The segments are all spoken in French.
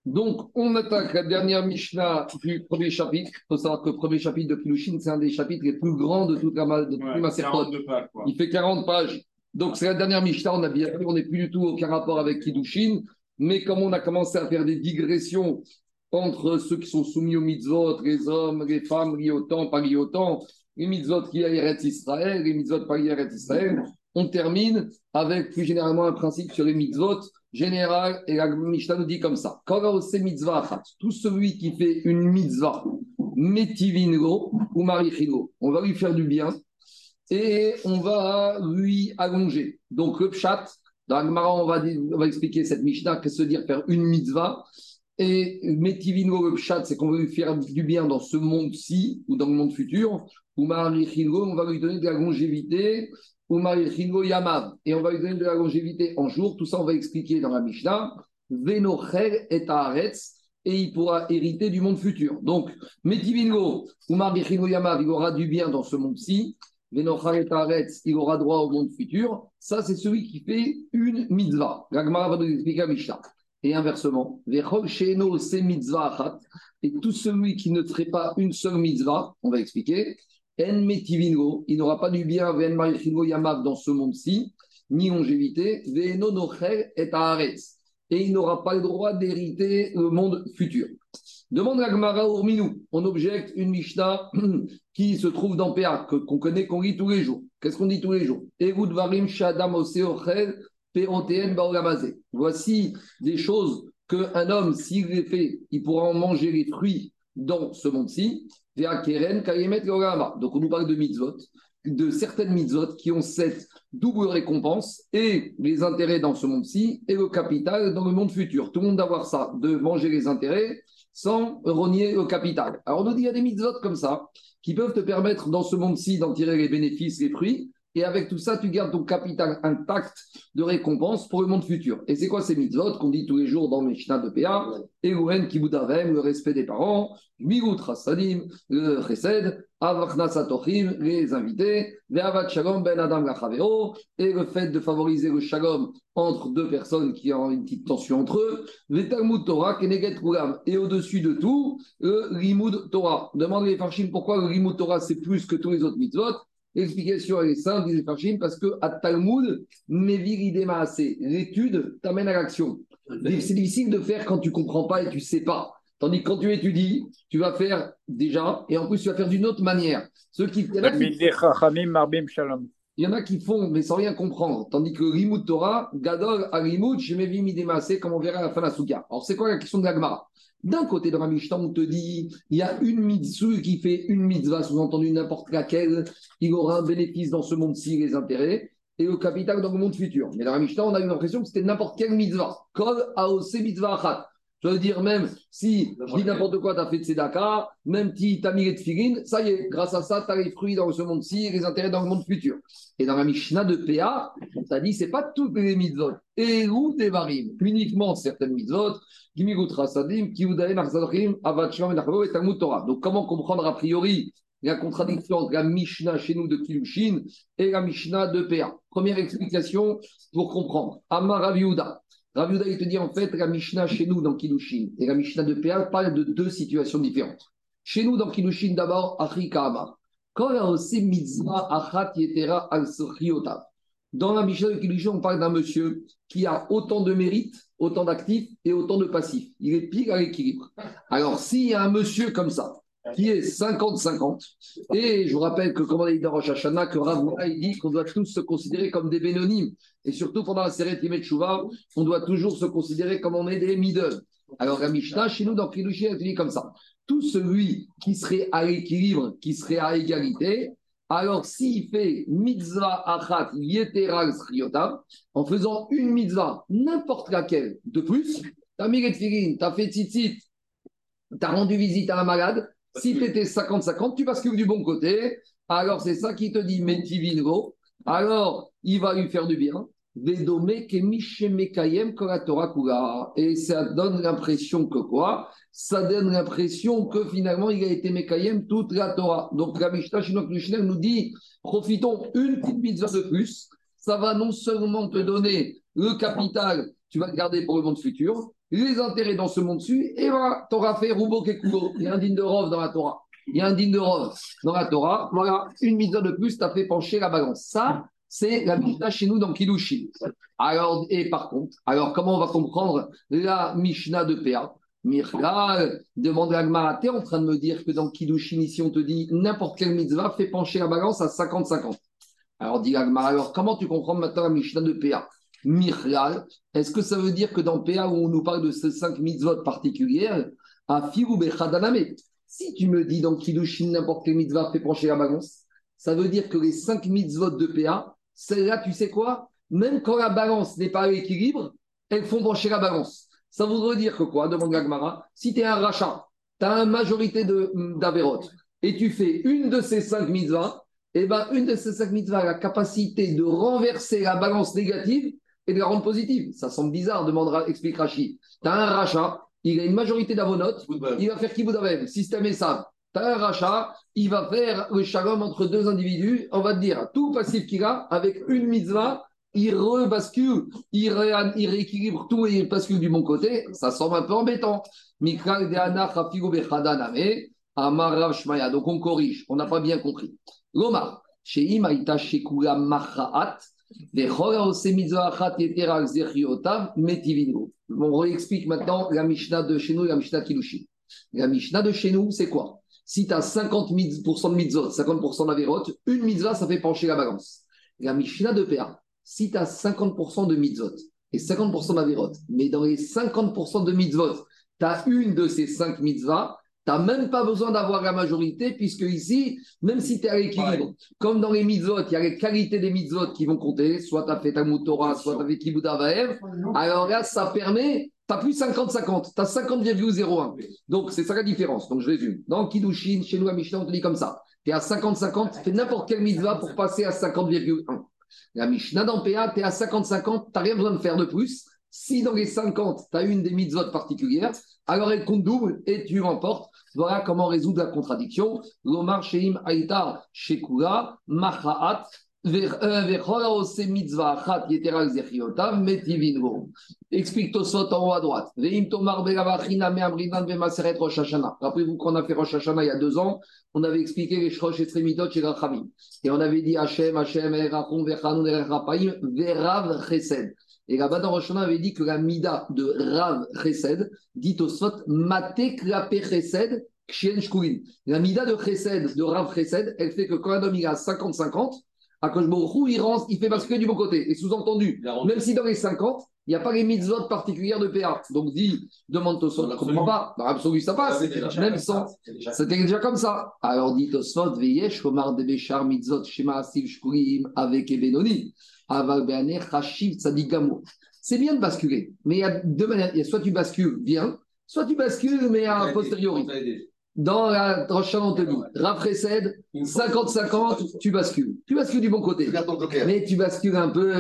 Donc, on attaque la dernière Mishnah du premier chapitre. Il faut savoir que le premier chapitre de Kilushin, c'est un des chapitres les plus grands de toute de tous les Maserot. Il fait 40 pages. Donc, c'est la dernière Mishnah. On a bien vu, on n'est plus du tout aucun rapport avec Kiddushin. Mais comme on a commencé à faire des digressions entre ceux qui sont soumis aux mitzvot, les hommes, les femmes, liés au temps, pas liés au temps, les mitzvot qui à Eretz Israël, les mitzvot pas liés à Eretz Israël, on termine avec plus généralement un principe sur les mitzvot général, et la Mishnah nous dit comme ça. Tout celui qui fait une mitzvah, metivingo ou marichino, on va lui faire du bien et on va lui allonger. Donc le pshat, dans la Gemara, on va expliquer cette Mishnah, qu'est-ce que veut dire faire une mitzvah. Et metivingo, le pshat, c'est qu'on va lui faire du bien dans ce monde-ci ou dans le monde futur. Ou marichino, on va lui donner de la longévité Yamav, et on va lui donner de la longévité en jour. Tout ça, on va expliquer dans la Mishnah. Venocher et Haaretz, et il pourra hériter du monde futur. Donc, Metivingo, Umar Bichino Yamav, il aura du bien dans ce monde-ci. Venocher et Haaretz, il aura droit au monde futur. Ça, c'est celui qui fait une mitzvah. La Gemara va nous expliquer la Mishnah. Et inversement, Vechol Sheno se mitzvah achat, et tout celui qui ne ferait pas une seule mitzvah, on va expliquer. En metivingo, il n'aura pas du bien, ven marichingo yamav dans ce monde-ci, ni longévité, veno nocher et haaretz, et il n'aura pas le droit d'hériter le monde futur. Demande la Gemara Urminou, on objecte une Mishnah qui se trouve dans PA, qu'on connaît, qu'on lit tous les jours. Qu'est-ce qu'on dit tous les jours? Egoud varim shadam oseochel peroteen baolamazé. Voici des choses qu'un homme, s'il les fait, il pourra en manger les fruits dans ce monde-ci. Donc on nous parle de mitzvot, de certaines mitzvot qui ont cette double récompense et les intérêts dans ce monde-ci et le capital dans le monde futur. Tout le monde doit avoir ça, de manger les intérêts sans renier le capital. Alors on nous dit qu'il y a des mitzvot comme ça qui peuvent te permettre dans ce monde-ci d'en tirer les bénéfices, les fruits. Et avec tout ça, tu gardes ton capital intact de récompense pour le monde futur. Et c'est quoi ces mitzvot qu'on dit tous les jours dans Mishnah de PA? Egouen Kibudavem, le respect des parents, Migout Rasadim, le Chesed, Avachna Satochim, les invités, Ve'avat Shalom Ben Adam Lachaveo, et le fait de favoriser le Shalom entre deux personnes qui ont une petite tension entre eux, Ve'talmud Torah, Keneget Kulam, et au-dessus de tout, le Limud Torah. Demandez les Farshim pourquoi le Limud Torah c'est plus que tous les autres mitzvot. L'explication est simple, disait Farshim, parce que à Talmud, l'étude t'amène à l'action. C'est difficile de faire quand tu ne comprends pas et tu ne sais pas. Tandis que quand tu étudies, tu vas faire déjà, et en plus tu vas faire d'une autre manière. Il y en a qui font, mais sans rien comprendre. Tandis que Limud Torah, Gadol, Alimud, Shemevi Midemase, comme on verra à la fin de la Souga. Alors c'est quoi la question de la Gemara? D'un côté de la Mishnah, on te dit, il y a une mitzvah qui fait une mitzvah, sous-entendu n'importe laquelle, il aura un bénéfice dans ce monde-ci, les intérêts, et le capital dans le monde futur. Mais dans la Mishnah, on a eu l'impression que c'était n'importe quelle mitzvah. Kol aose mitzvah achat. Ça veut dire même si je dis n'importe quoi, tu as fait de tzedaka, même si tu as mis les tefilin, ça y est, grâce à ça, tu as les fruits dans ce monde-ci et les intérêts dans le monde futur. Et dans la Mishnah de PA, on t'a dit, c'est pas toutes les mitzvot. Et ou des varim, uniquement certaines mitzvot, Gimigut Rasadim, Kiudaim, Arzadrim, Avachlam, et Talmud Torah. Donc comment comprendre a priori la contradiction entre la Mishnah chez nous de Kilushin et la Mishnah de PA? Première explication pour comprendre. Amar Rav Yehuda. Rav Yehuda, il te dit en fait, la Mishnah chez nous dans Kilushin et la Mishnah de PA parlent de deux situations différentes. Chez nous dans Kilushin, d'abord, Afrika Amar. Quand il y a aussi mitzvah achat yetera al sochiotav. Dans la Mishnah de Kilushin, on parle d'un monsieur qui a autant de mérites, autant d'actifs et autant de passifs. Il est pile à l'équilibre. Alors, s'il y a un monsieur comme ça, qui est 50-50, et je vous rappelle que, comme on a dit dans Rosh Hashanah, que Rav Yehuda, il dit qu'on doit tous se considérer comme des bénonymes. Et surtout pendant la série Timet Shuvah, on doit toujours se considérer comme on est des middle. Alors la Mishnah, chez nous, dans Kilushin, elle dit comme ça. Tout celui qui serait à l'équilibre, qui serait à égalité, alors s'il fait mitzvah achat yeteral sriotav, en faisant une mitzvah, n'importe laquelle, de plus, tu as mis les tefilin, tu as fait tzitzit, tu as rendu visite à un malade, si tu étais 50-50, tu bascules du bon côté, alors c'est ça qui te dit metivingo, alors il va lui faire du bien. Et ça donne l'impression que quoi? Ça donne l'impression que finalement il a été Mekayem toute la Torah. Donc la Mishnah nous dit profitons une petite mitzvah de plus. Ça va non seulement te donner le capital, tu vas le garder pour le monde futur, les intérêts dans ce monde-ci, et voilà, t'auras fait Roubo Kekubo. Il y a un digne de Rov dans la Torah. Il y a un digne de Rov dans la Torah. Voilà, une mitzvah de plus t'a fait pencher la balance. Ça, c'est la Mishnah chez nous dans Kiddushin. Alors, et par contre, alors comment on va comprendre la Mishnah de PA? Michal demande à Agmara, t'es en train de me dire que dans Kiddushin, ici, on te dit n'importe quelle mitzvah fait pencher la balance à 50-50. Alors, dit Agmara, alors comment tu comprends maintenant la Mishnah de PA? Michal, est-ce que ça veut dire que dans PA, où on nous parle de ces 5 mitzvot particulières, à Figu Bechadaname, si tu me dis dans Kiddushin, n'importe quelle mitzvah fait pencher la balance, ça veut dire que les 5 mitzvot de PA, celles-là, tu sais quoi? Même quand la balance n'est pas à l'équilibre, elles font pencher la balance. Ça voudrait dire que quoi, demande Gagmara, si tu es un rachat, tu as une majorité d'Averot, et tu fais une de ces 5 mitzvahs, et bien une de ces 5 mitzvahs a la capacité de renverser la balance négative et de la rendre positive. Ça semble bizarre, explique Rachid. Tu as un rachat, il a une majorité d'avonotes, il va faire kiboud avem, système et ça. Tu as un rachat, il va faire le shalom entre deux individus, on va te dire, tout passif qu'il a, avec une mitzvah, il rebascule, il rééquilibre tout et il bascule du bon côté, ça semble un peu embêtant. Donc on corrige, on n'a pas bien compris. Lomar, chez Imaïta, chez Kula Machaat, on réexplique maintenant la Mishnah de chez nous et la Mishnah Kiddushin. La Mishnah de chez nous, c'est quoi? Si tu as 50% de mitzvot, 50% d'Averot, une mitzvah, ça fait pencher la balance. La Mishnah de PA, si tu as 50% de mitzvot et 50% d'Averot, mais dans les 50% de mitzvot, tu as une de ces 5 mitzvahs, tu n'as même pas besoin d'avoir la majorité, puisque ici, même si tu es à l'équilibre, comme dans les mitzvot, il y a les qualités des mitzvot qui vont compter, soit tu as fait Talmud Torah, soit tu as fait Kibbutz Avaev, alors là, ça permet, tu n'as plus 50-50, tu as 50,01. Donc, c'est ça la différence. Donc, je résume. Dans Kiddushin, chez nous à Mishnah, on te dit comme ça. Tu es à 50-50, fais n'importe quelle mitzvah pour passer à 50,1. La Mishnah dans PA, tu es à 50-50, tu n'as rien besoin de faire de plus. Si dans les 50, tu as une des mitzvot particulières, alors elle compte double et tu remportes. Voilà comment résoudre la contradiction. Lomar Sheim Aïta Shekula Machaat explique Tosot en haut à droite. Rappelez-vous qu'on a fait Rosh Hashanah il y a 2 ans, on avait expliqué les Shrosh et Sremidot chez Rachamim. Et on avait dit Hachem, Erachon, Vechanun, Erachapaim, Verav Chesed. Et là-bas dans Rosh Hashanah, on avait dit que la Mida de Rav Chesed, dit Tosot, Mate Klape Chesed, Kshien Shkulin. La Mida de Chesed, de Rav Chesed, elle fait que quand un homme il a 50-50, à Koshborou, il fait basculer du bon côté. Et sous-entendu, même si dans les 50, il n'y a pas les mitzvot particulières de PA. Donc, demande Tosfot, je ne comprends pas. Dans l'absolu, ça passe. Même sans. C'était déjà comme ça. Alors, dit Tosfot, Veyesh, Omar Debechar, mitzvot, Shema, Asiv, Shkurim, avec Ebenoni, Aval Beaner, Hashiv, Tzadik Gamo. C'est bien de basculer. Mais il y a 2 manières. Il y a soit tu bascules bien, soit tu bascules, mais a posteriori. Dans la Rosh Hashanah, on te dit, Rav Chesed, 50-50, tu bascules. Tu bascules du bon côté. Mais tu bascules un peu.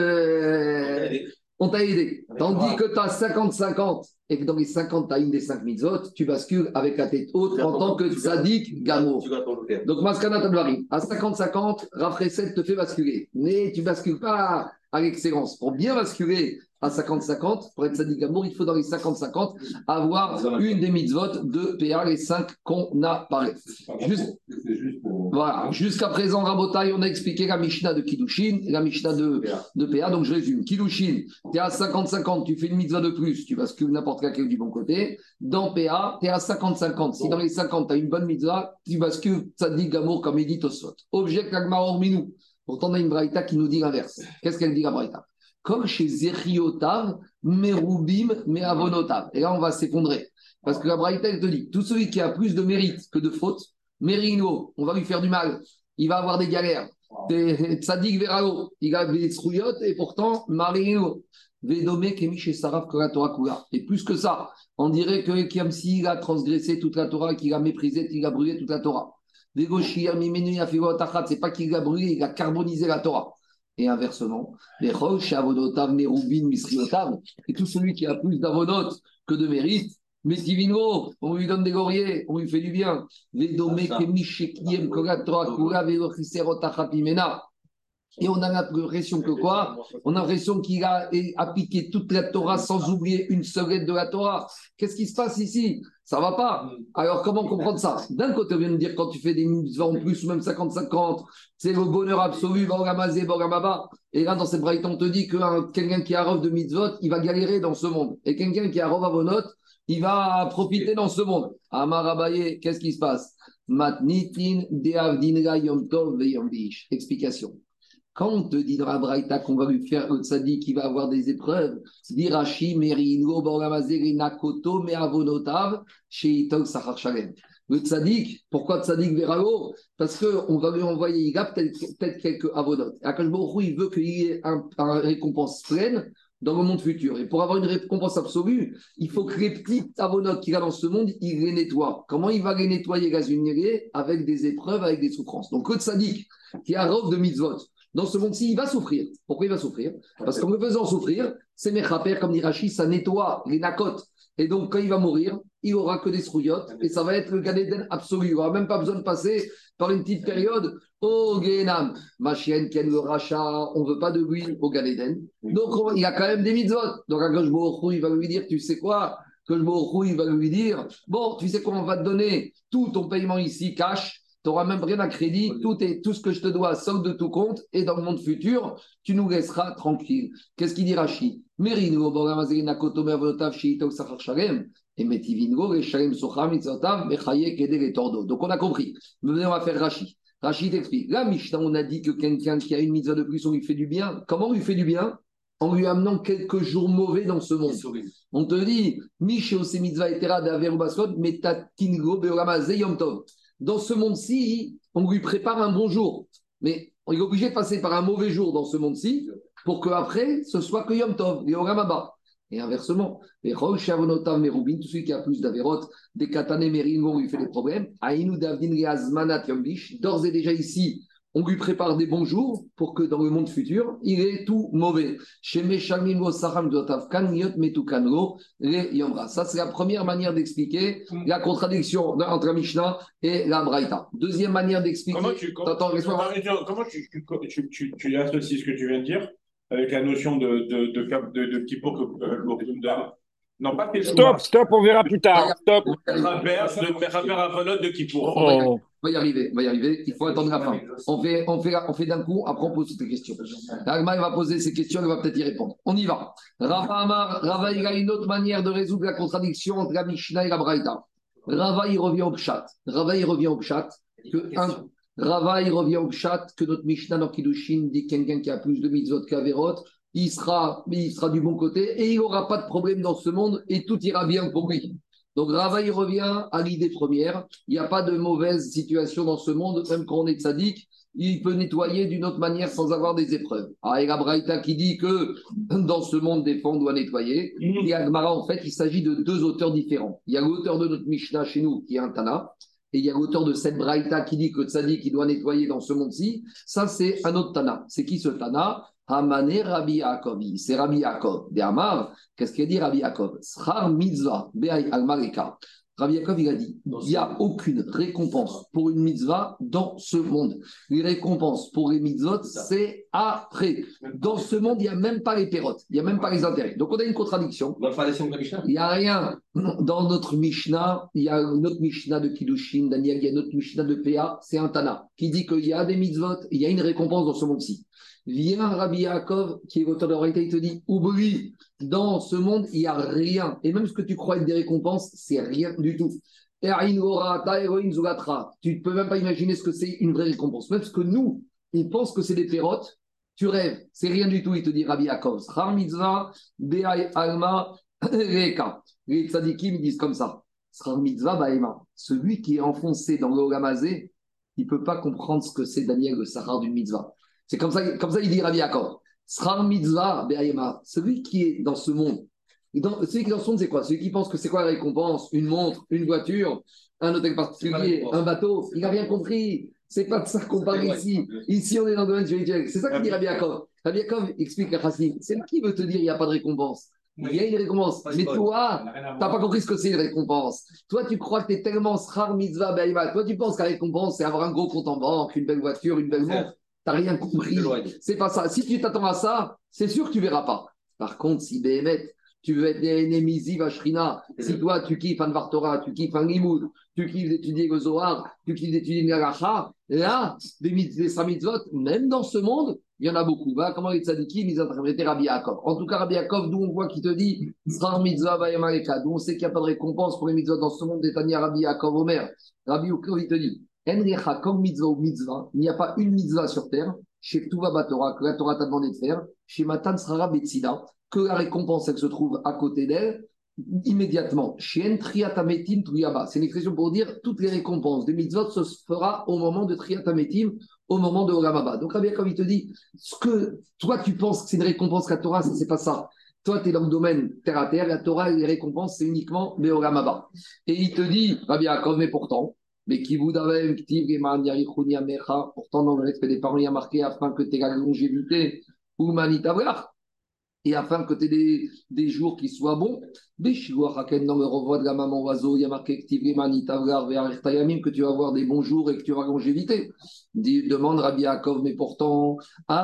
On t'a aidé. Tandis que tu as 50-50 et que dans les 50, tu as une des 5 mitzvot, tu bascules avec la tête haute en tant que tzaddik gamour. Donc, Maskana Tadvarim, à 50-50, Rav Chesed te fait basculer. Mais tu ne bascules pas à l'excellence. Pour bien basculer à 50-50, pour être tzaddik gamour, il faut dans les 50-50 avoir une des mitzvot de PA, les 5 qu'on a parlé. Voilà. Jusqu'à présent, Rabotai, on a expliqué la Mishnah de Kiddushin et la Mishnah de PA. Donc, je résume. Kiddushin, tu es à 50-50, tu fais une mitzvah de plus, tu bascules n'importe laquelle du bon côté. Dans PA, tu es à 50-50. Si dans les 50, tu as une bonne mitzvah, tu bascules tzaddik gamour comme il dit Tosfot. Object l'agma orminou. Pourtant, on a une braïta qui nous dit l'inverse. Qu'est-ce qu'elle dit, la braïta? Comme chez Zeriotav, Merubim, Meavonotav. Et là, on va s'effondrer. Parce que la braïta, elle te dit, tout celui qui a plus de mérite que de faute, Merino, on va lui faire du mal, il va avoir des galères. Tzadik Veralo, il a des trouillottes et pourtant, Marino, Vedome, Kemi chez Saraf, Torah Kula. Et plus que ça, on dirait que Kiamsi, il a transgressé toute la Torah, qu'il a méprisé, qu'il a brûlé toute la Torah. Vegoshir, Mimenu, Yafigo, Tachat, c'est pas qu'il a brûlé, il a carbonisé la Torah. Et inversement, les Rosh, Avodotav, Merubin, Misriotav, et tout celui qui a plus d'avonotes que de mérite, mais Divino, on lui donne des lauriers, on lui fait du bien. Et on a l'impression que quoi? On a l'impression qu'il a appliqué toute la Torah sans oublier une seule lettre de la Torah. Qu'est-ce qui se passe ici? Ça ne va pas. Alors, comment comprendre ça? D'un côté, on vient de dire quand tu fais des mitzvahs en plus, ou même 50-50, c'est le bonheur absolu, Bogamazé, Bogamaba. Et là, dans cette braïta, on te dit que quelqu'un qui a rov de mitzvot, il va galérer dans ce monde. Et quelqu'un qui a rov avonot, il va profiter dans ce monde. Amar Abaye, qu'est-ce qui se passe? Matnitin deavdinra yom tov veyom bish. Explication. Quand on te dit dans la braïta qu'on va lui faire le tzaddik qui va avoir des épreuves, Dirachi, Merino, Bogamazé, Nakoto, Meavonotav, Sheitog, Sachar Shalem. Le tzaddik, pourquoi tzaddik Verago? Parce qu'on va lui envoyer, il a peut-être quelques avonotes. Akash Baruch Hu, il veut qu'il y ait une récompense pleine dans le monde futur. Et pour avoir une récompense absolue, il faut que les petites avonotes qu'il a dans ce monde, il les nettoie. Comment il va les nettoyer, gazunier? Avec des épreuves, avec des souffrances. Donc le tzaddik qui a rov de mitzvot, dans ce monde-ci, il va souffrir. Pourquoi il va souffrir? Parce qu'en le faisant souffrir, c'est Mechaper, comme dit Rachid, ça nettoie les nakotes. Et donc, quand il va mourir, il n'aura que des srouillottes et ça va être le Gan Eden absolu. Il n'aura même pas besoin de passer par une petite période. Oh, Genam, ma chienne, Ken le rachat, on ne veut pas de lui au Gan Eden. Donc, il a quand même des mitzvot. Donc, à Kosh Baruch Hu, il va lui dire, tu sais quoi? Kosh Baruch Hu, il va lui dire, bon, tu sais quoi, on va te donner tout ton paiement ici, cash. Tu n'auras même rien à crédit, tout ce que je te dois sort de tout compte, et dans le monde futur, tu nous laisseras tranquille. Qu'est-ce qu'il dit Rashi? Donc on a compris. Maintenant, on va faire Rashi. Rashi t'explique. Là, Mishnah, on a dit que quelqu'un qui a une mitzvah de plus, on lui fait du bien. Comment on lui fait du bien? En lui amenant quelques jours mauvais dans ce monde. On te dit, Mishéo se mitzvah etera d'aver baskot, metatingo beoramazé yom tov. Dans ce monde-ci, on lui prépare un bon jour. Mais on est obligé de passer par un mauvais jour dans ce monde-ci pour qu'après, ce soit que Yom Tov, et Oramaba. Et inversement, les Rosh, Shavonotav, Merubin, tout celui qui a plus d'Averot, des Katane, Meringo, on lui fait des problèmes. Aïnou, Davdin, Azmanat, Yombish. D'ores et déjà ici, on lui prépare des bons jours pour que dans le monde futur, il est tout mauvais. Ça, c'est la première manière d'expliquer la contradiction entre la Mishnah et la Braïta. Deuxième manière d'expliquer. Comment tu associes ce que tu viens de dire avec la notion de Kippour que non, pas Stop, on verra plus tard. Stop. De Kippour. On va y arriver, il faut attendre la fin. On fait d'un coup, après on pose toutes les questions. L'Agma va poser ses questions, elle va peut-être y répondre. On y va. Rava, il a une autre manière de résoudre la contradiction entre la Mishnah et la Braïta. Rava, il revient au Pshat. Rava, il revient au Pshat que notre Mishnah dans Kiddushin dit quelqu'un qui a plus de mitzvot qu'Averot, il sera du bon côté et il n'aura pas de problème dans ce monde et tout ira bien pour lui. Donc Rava, il revient à l'idée première. Il n'y a pas de mauvaise situation dans ce monde, même quand on est tzaddik, il peut nettoyer d'une autre manière sans avoir des épreuves. Ah, et la Braïta qui dit que dans ce monde, des fois, on doit nettoyer. Et à Gemara, en fait, il s'agit de deux auteurs différents. Il y a l'auteur de notre Mishnah chez nous, qui est un Tana, et il y a l'auteur de cette Braïta qui dit que tzaddik, il doit nettoyer dans ce monde-ci. Ça, c'est un autre Tana. C'est qui ce Tana? Hamane Rabbi Yaakov. C'est Rabbi Yaakov. De Amar, qu'est-ce qu'il dit Rabbi Yaakov? Schar mitzvah be'ay al-mareka. Rabbi Yaakov, il a dit, il n'y a aucune récompense pour une mitzvah dans ce monde. Les récompenses pour les mitzvot, c'est après. Dans ce monde, il n'y a même pas les pérotes, il n'y a même pas les intérêts. Donc on a une contradiction. Il n'y a rien. Dans notre Mishnah, il y a notre Mishnah de Kiddushin, Daniel, il y a notre Mishnah de Péa, c'est un Tana, qui dit qu'il y a des mitzvot, il y a une récompense dans ce monde-ci. Vient Rabbi Yaakov, qui est l'auteur de la il te dit, oublie, dans ce monde, il n'y a rien. Et même ce que tu crois être des récompenses, c'est rien du tout. Tu ne peux même pas imaginer ce que c'est une vraie récompense. Même ce que nous, on pense que c'est des pérotes, tu rêves, c'est rien du tout, il te dit Rabbi Yaakov. Les tzadikim disent comme ça. Celui qui est enfoncé dans le Ogamazé, il ne peut pas comprendre ce que c'est Daniel, le Sahar d'une mitzvah. C'est comme ça il dit Rabbi Yaakov. Srar mitzvah be'ayema. Celui qui est dans ce monde. Celui qui est dans ce monde, c'est quoi? Celui qui pense que c'est quoi la récompense? Une montre, une voiture, un hôtel particulier, un bateau. Il n'a rien compris. C'est pas de ça qu'on parle ici. Ici, on est dans le domaine spirituel. C'est ça que dit Rabbi Yaakov. Rabbi Yaakov explique à Chassid. C'est qui veut te dire qu'il n'y a pas de récompense? Il y a une récompense. Mais toi, tu n'as pas compris ce que c'est une récompense. Toi, tu crois que tu es tellement srar mitzvah be'ayema. Toi, tu penses que la récompense, c'est avoir un gros compte en banque, une belle voiture, une belle montre. n'as rien compris. C'est pas ça. Si tu t'attends à ça, c'est sûr que tu ne verras pas. Par contre, si Béhémet, tu veux être Némézi, Vashrina, si toi tu kiffes un Vartora, tu kiffes un Limoud, tu kiffes d'étudier le Zohar, tu kiffes d'étudier le Galacha, là, des Samitzvot, même dans ce monde, il y en a beaucoup. Voilà comment les tzadikim, ils interprétaient Rabbi Yaakov. En tout cas, Rabbi Yaakov, d'où on voit qu'il te dit, Srar mitzvah vayamaleka, d'où on sait qu'il n'y a pas de récompense pour les mitzvot dans ce monde, d'Etania Rabbi Yaakov Omer. Rabbi Yaakov, il te dit, Enrecha comme mitzvah ou mitzvah, il n'y a pas une mitzvah sur terre, chez Tuva Batora, que la Torah t'a demandé de faire, chez Matan Srara Betsida, que la récompense, elle se trouve à côté d'elle, immédiatement. Chez Triatametim Tuyaba, c'est une expression pour dire toutes les récompenses des mitzvot se fera au moment de Triatametim, au moment de Olamaba. Donc Rabbi Yaakov, il te dit, ce que toi tu penses que c'est une récompense la Torah, c'est pas ça. Toi, tu es dans le domaine terre à terre, la Torah, les récompenses, c'est uniquement Beolamaba. Et il te dit, Rabbi Yaakov, mais pourtant, mais qui vous d'avem, pourtant dans le respect des parents, il y a marqué afin que tu aies la longévité, ou manitavrar, et afin que tu aies des jours qui soient bons. Dans le revoir de la maman oiseau, il y a marqué que tu vas avoir des bons jours et que tu auras longévité. Demande Rabbi Yaakov, mais pourtant,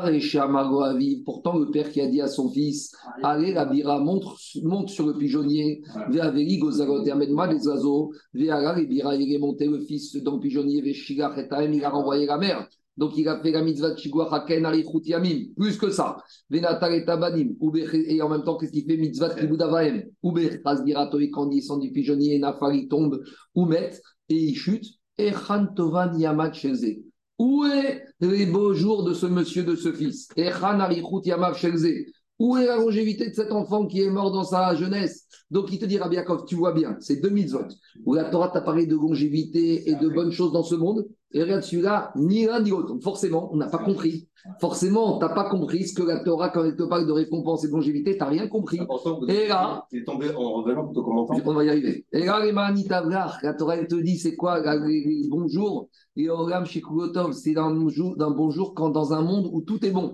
pourtant le père qui a dit à son fils, allez, la bira, monte sur le pigeonnier, et amène-moi les oiseaux, il est monté le fils dans le pigeonnier, il a renvoyé la mère. Donc, il a fait la mitzvah de Shigua Haken Arichut Yamim, plus que ça. Venatar et Tabanim, et en même temps, qu'est-ce qu'il fait? Mitzvah de Kibud Avaim, Oube, Rasbirato, et quand il descend du pigeonnier, Nafar, il tombe, Oumet, et il chute, et Chantovan Yamat Shelze. Où est les beaux jours de ce monsieur, de ce fils? Et Chan Arichut Yamav Shelze. Où est la longévité de cet enfant qui est mort dans sa jeunesse? Donc, il te dit, Rabbi Yaakov, tu vois bien, c'est deux mitzvot, où la Torah t'a parlé de longévité et de bonnes choses dans ce monde. Et regarde celui-là, ni l'un ni l'autre. Donc forcément, on n'a pas compris. Forcément, tu n'as pas compris ce que la Torah, quand elle te parle de récompense et de longévité, tu n'as rien compris. Et là, il est tombé en revenant plutôt qu'en montant. On va y arriver. Et là, les manitavlar, la Torah, elle te dit, c'est quoi les bons jours? Et Olam Shekulotov, c'est d'un bon jour quand dans un monde où tout est bon.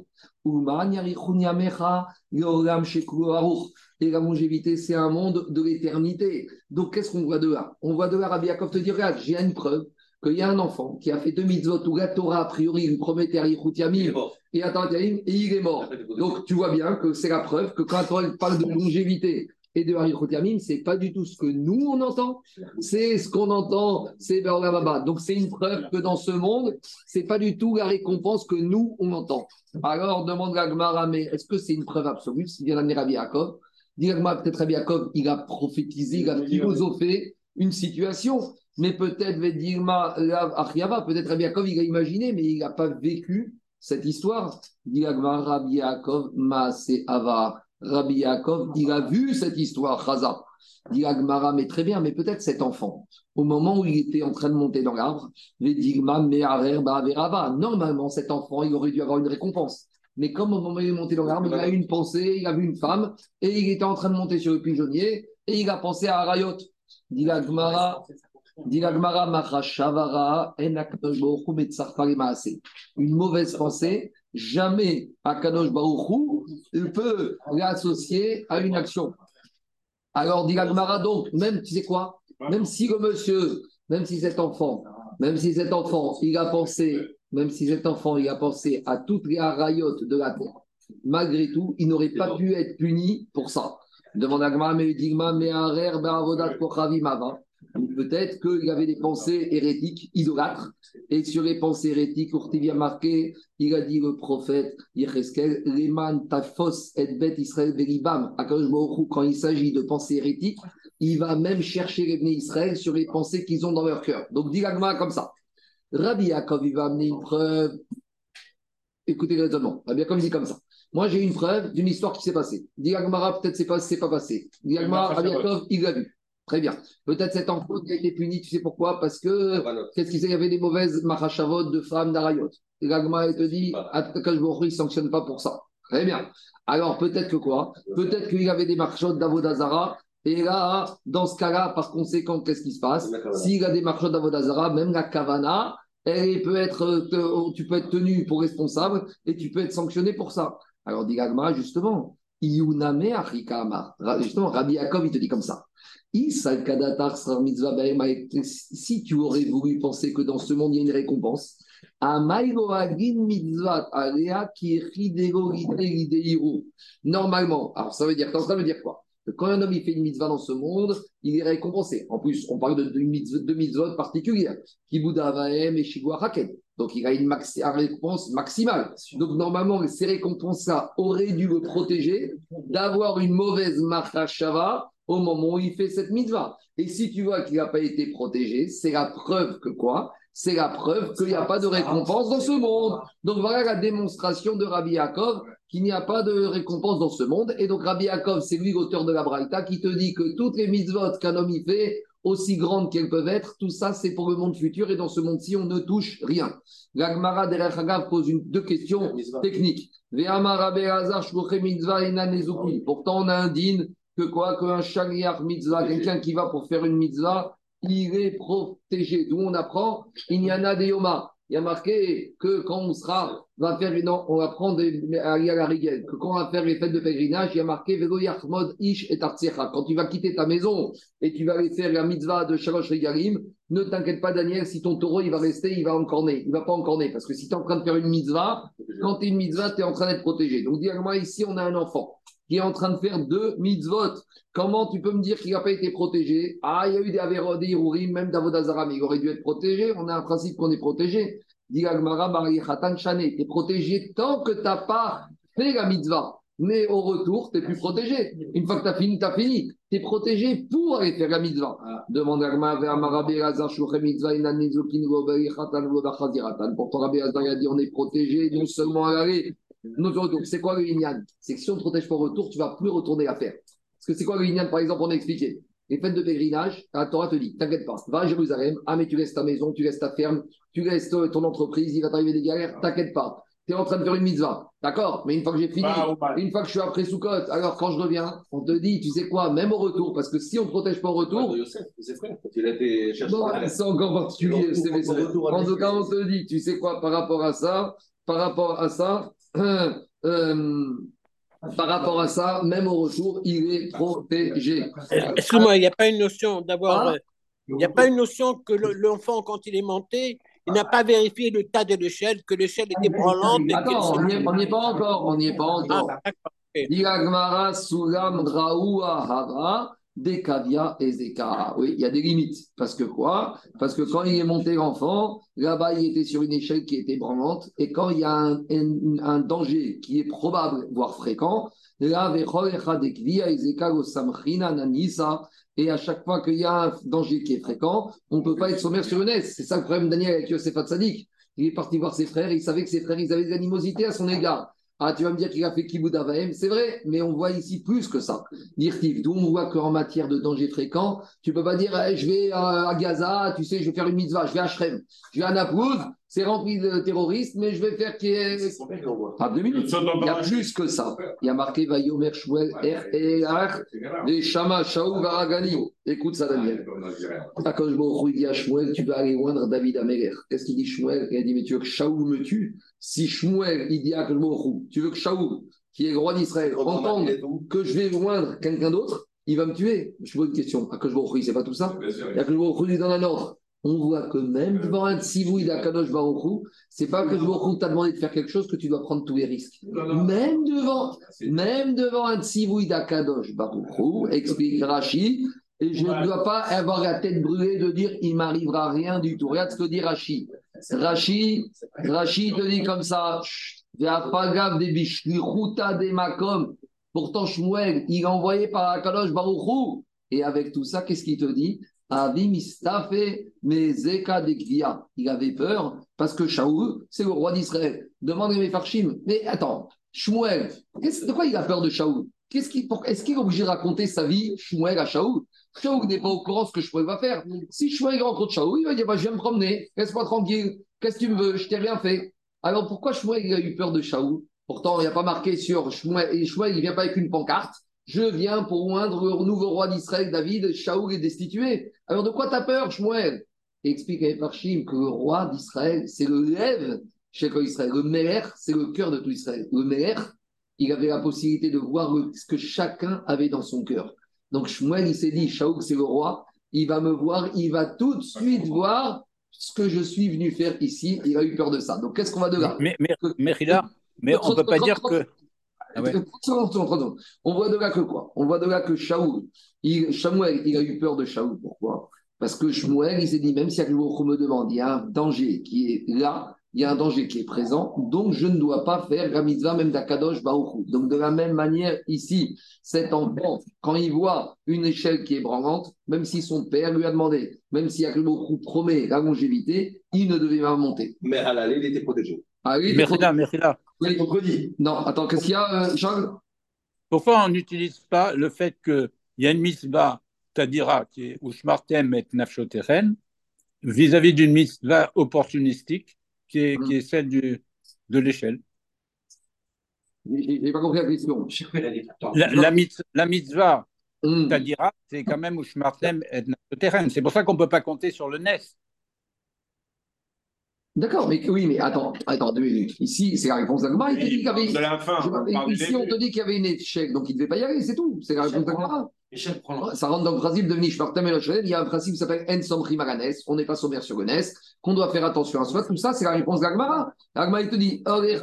Et la longévité, c'est un monde de l'éternité. Donc, qu'est-ce qu'on voit de là? On voit de là, Rabbi Yaakov te dit, regarde, j'ai une preuve qu'il y a un enfant qui a fait deux mitzvot où la Torah, a priori, lui promettait Arichut Yamim, et il est mort. Donc, tu vois bien que c'est la preuve que quand on parle de longévité et de Arichut Yamim, ce n'est pas du tout ce que nous, on entend, c'est ce qu'on entend, c'est Be'olam. Donc, c'est une preuve que dans ce monde, ce n'est pas du tout la récompense que nous, on entend. Alors, demande la Gemara, mais est-ce que c'est une preuve absolue? Si vient d'amener Rabbi Yaakov, dit la Gemara, peut-être Rabbi Yaakov, il a prophétisé, il a philosophé une situation. Mais peut-être peut-être Rabbi Yaakov, il a imaginé, mais il n'a pas vécu cette histoire. Dit Rabbi Yaakov, Rabbi Yaakov, il a vu cette histoire, Chaza. Dit mais très bien, mais peut-être cet enfant, au moment où il était en train de monter dans l'arbre, normalement, cet enfant, il aurait dû avoir une récompense. Mais comme au moment où il est monté dans l'arbre, il a eu une pensée, il a vu une femme, et il était en train de monter sur le pigeonnier, et il a pensé à Arayot. Dit une mauvaise pensée, jamais Akadosh Baruch Hu peut l'associer à une action. Alors, dit la Gemara, donc, même, tu sais quoi? Même si le monsieur, même si cet enfant, il a pensé, à toutes les harayotes de la terre, malgré tout, il n'aurait pas pu être puni pour ça. Demande à Gemara, mais Digma, mais Arer, Ba'avodat, Kochavim, Ava. Peut-être qu'il avait des pensées hérétiques, idolâtres, et sur les pensées hérétiques, Urtivi a marqué, il a dit le prophète Yecheskel, Leman tafos et bet Israël veribam. Quand il s'agit de pensées hérétiques, il va même chercher les Bnei Israël sur les pensées qu'ils ont dans leur cœur. Donc, dit l'agma comme ça. Rabbi Yaakov, il va amener une preuve. Écoutez le raisonnement. Rabbi Yaakov dit comme ça. Moi, j'ai une preuve d'une histoire qui s'est passée. Dit l'agma, peut-être c'est pas passé. Dit l'agma, Rabbi Yaakov, il l'a vu. Très bien. Peut-être cet enfant qui a été puni, tu sais pourquoi? Parce que, qu'est-ce qu'il sait? Il y avait des mauvaises marachavot de femmes d'Arayot. Et l'agma, il te dit, il ne sanctionne pas pour ça. Très bien. Alors, peut-être que quoi? Peut-être qu'il y avait des marchavot d'Avodazara. Et là, dans ce cas-là, par conséquent, qu'est-ce qui se passe? S'il a des marchavot d'Avodazara, même la kavana, tu peux être tenu pour responsable et tu peux être sanctionné pour ça. Alors, dit l'agma, justement, justement, Rabbi Yaakov, il te dit comme ça. Si tu aurais voulu penser que dans ce monde, il y a une récompense, Normalement, alors ça veut dire quoi? Que quand un homme il fait une mitzvah dans ce monde, il est récompensé. En plus, on parle de mitzvot particulières. Kibbutz Avahem et Shigua Haken. Donc, il a une récompense maximale. Donc, normalement, ces récompenses-là auraient dû le protéger d'avoir une mauvaise marcha shava au moment où il fait cette mitzvah. Et si tu vois qu'il n'a pas été protégé, c'est la preuve que quoi? C'est la preuve qu'il n'y a pas de récompense dans ce monde. Donc, voilà la démonstration de Rabbi Yaakov qu'il n'y a pas de récompense dans ce monde. Et donc, Rabbi Yaakov, c'est lui l'auteur de la Braïta qui te dit que toutes les mitzvot qu'un homme y fait, aussi grandes qu'elles peuvent être, tout ça, c'est pour le monde futur. Et dans ce monde-ci, on ne touche rien. La Gemara Derech Hagav pose deux questions techniques. Pourtant, on a un din que quoi? Qu'un shaliach mitzvah, quelqu'un qui va pour faire une mitzvah, il est protégé. D'où on apprend, il y en a des yomas. Il y a marqué que quand va faire on apprend à la rigueur, que quand on va faire les fêtes de pèlerinage, il y a marqué Velo Yachmod Ish et Artsecha. Quand tu vas quitter ta maison et tu vas aller faire la mitzvah de Shalosh Regalim, ne t'inquiète pas, Daniel, si ton taureau il va rester, il va encorner. Il ne va pas encorner. Parce que si tu es en train de faire une mitzvah, quand tu es une mitzvah, tu es en train d'être protégé. Donc, dis-moi, ici, on a un enfant qui est en train de faire 2 mitzvot. Comment tu peux me dire qu'il n'a pas été protégé? Ah, il y a eu des avéros, des irourim, même d'Avodazaram, il aurait dû être protégé. On a un principe qu'on est protégé. Dit Agmara, Bari Khatan Shane, tu es protégé tant que tu n'as pas fait la mitzvah. Mais au retour, tu n'es plus protégé. Une fois que tu as fini, tu as fini. Tu es protégé pour aller faire la mitzvah. Demande Agmara, Rabbi Elazar, Shouchem mitzvah, Inanizokin, Gobari Khatan, Gobachaziratan. Pourtant, Rabbi Elazar a dit on est protégé non seulement à l'aller. C'est quoi le Inyan? C'est que si on ne te protège pas au retour, tu ne vas plus retourner la faire. Parce que c'est quoi le Inyan? Par exemple, on a expliqué. Les fêtes de pèlerinage, la Torah te dit, t'inquiète pas, va à Jérusalem, ah mais tu laisses ta maison, tu laisses ta ferme, tu laisses ton entreprise, il va t'arriver des galères, t'inquiète pas. Tu es en train de faire une mitzvah, d'accord? Mais une fois que j'ai fini, une fois que je suis après Soukot, alors quand je reviens, on te dit, tu sais quoi, même au retour, parce que si on ne protège pas au retour... C'est frère, quand il a été chercher. C'est encore particulier, en tout cas, on te dit, tu sais quoi, par rapport à ça, par rapport à ça, même au retour, il est protégé. Excuse-moi, il n'y a pas une notion d'avoir. Il n'y a pas une notion que l'enfant, quand il est monté, il n'a pas vérifié le tas de l'échelle, que l'échelle était branlante. Attends, on n'y est pas encore. Diragmara Sulam Draoua Hara, Dekavia et Zeka. Oui, il y a des limites. Parce que quoi? Parce que quand il est monté l'enfant, là-bas, il était sur une échelle qui était branlante. Et quand il y a un danger qui est probable, voire fréquent, là, et à chaque fois qu'il y a un danger qui est fréquent, on ne peut pas être sommaire sur une aise. C'est ça le problème de Daniel avec Yosef Hatzadik. Il est parti voir ses frères, il savait que ses frères, ils avaient des animosités à son égard. Ah, tu vas me dire qu'il a fait Kibbutz Avahem, c'est vrai, mais on voit ici plus que ça. Dirtiv, d'où on voit qu'en matière de danger fréquent, tu ne peux pas dire je vais à Gaza, tu sais, je vais faire une mitzvah, je vais à Shrem, je vais à Naplouse, c'est rempli de terroristes, mais je vais faire pas 2 minutes. Il y a plus que ça. Il y a marqué Vayomer Shmuel les Shama Shaou Varagani. Écoute ça, Daniel. Quand je me dis à Shmuel, tu vas aller joindre David Améler. Qu'est-ce qu'il dit Shmuel? Il a dit mais tu veux que Shaou me tue? Si Shmuel, il dit à Kajbochou, tu veux que Shaou, qui est le roi d'Israël, entende que je vais joindre quelqu'un d'autre, il va me tuer. Je pose une question. À Kajbochou, il ne sait pas tout ça? Et à Kajbochou, il donne un ordre. On voit que même devant un tsivoui d'Akadosh Baruchou, c'est pas que Baruchou t'a demandé de faire quelque chose que tu dois prendre tous les risques. Même devant un tsivoui d'Akadosh Baruchou, explique Rashi, et je ne dois pas avoir la tête brûlée de dire il m'arrivera rien du tout. Regarde ce que dit Rashi. Rashi te dit comme ça, pourtant Shmuel, il est envoyé par Akadosh Baruchou. Et avec tout ça, qu'est-ce qu'il te dit? Il avait peur parce que Shaoul, c'est le roi d'Israël. Demande à mes farshim. Mais attends, Shmuel, de quoi il a peur de Shaoul? Est-ce qu'il est obligé de raconter sa vie, Shmuel, à Shaoul? Shaoul n'est pas au courant de ce que Shmuel va faire. Si Shmuel rencontre Shaoul, il va dire je vais me promener, laisse-moi tranquille, qu'est-ce que tu me veux? Je t'ai rien fait. Alors pourquoi Shmuel il a eu peur de Shaoul? Pourtant, il n'y a pas marqué sur Shmuel, et Shmuel, il ne vient pas avec une pancarte. Je viens pour oindre le nouveau roi d'Israël, David, Shaoul est destitué. Alors de quoi t'as peur, Shmuel? Et explique à Eparchim que le roi d'Israël, c'est le lève chez Israël. Le Meler, c'est le cœur de tout Israël. Le Meler, il avait la possibilité de voir ce que chacun avait dans son cœur. Donc Shmuel, il s'est dit, Shaoul, c'est le roi, il va me voir, il va tout de suite voir ce que je suis venu faire ici, il a eu peur de ça. Donc, qu'est-ce qu'on va de là? Rila, mais on ne peut pas dire que. Ah ouais. On voit de là que quoi? On voit de là que Shaoul, Shamuel, il a eu peur de Shaoul. Pourquoi? Parce que Shmuel, il s'est dit, même si Akadosh me demande, il y a un danger qui est là, il y a un danger qui est présent, donc je ne dois pas faire la mitzvah même d'Akadosh Baruch Hu. Donc de la même manière, ici, cet enfant, quand il voit une échelle qui est branlante, même si son père lui a demandé, même si Akadosh Baruch Hu promet la longévité, il ne devait pas monter. Mais à l'aller, il était protégé. Ah, oui, Merci là. Oui. Non, attends, qu'est-ce qu'il y a, Charles? Pourquoi on n'utilise pas le fait qu'il y a une mitzvah Tadira qui est Ushmartem et Nafshoteren vis-à-vis d'une mitzvah opportunistique qui est celle de l'échelle? J'ai pas compris la question. La mitzvah Tadira, c'est quand même Ushmartem et Nafshoteren. C'est pour ça qu'on ne peut pas compter sur le NES. D'accord, mais oui, mais attends 2 minutes. Ici, c'est la réponse d'Agmara. Il te dit qu'il y avait. Ici, on te dit qu'il y avait une échec, donc il ne devait pas y aller, c'est tout. C'est la réponse d'Agmara. Ça rentre dans le principe de Vnish Martem et Lochel. Il y a un principe qui s'appelle En Somri Maganes. On n'est pas sommaire sur le NES, qu'on doit faire attention à soi. Tout ça, c'est la réponse d'Agmara. L'Agmara, il te dit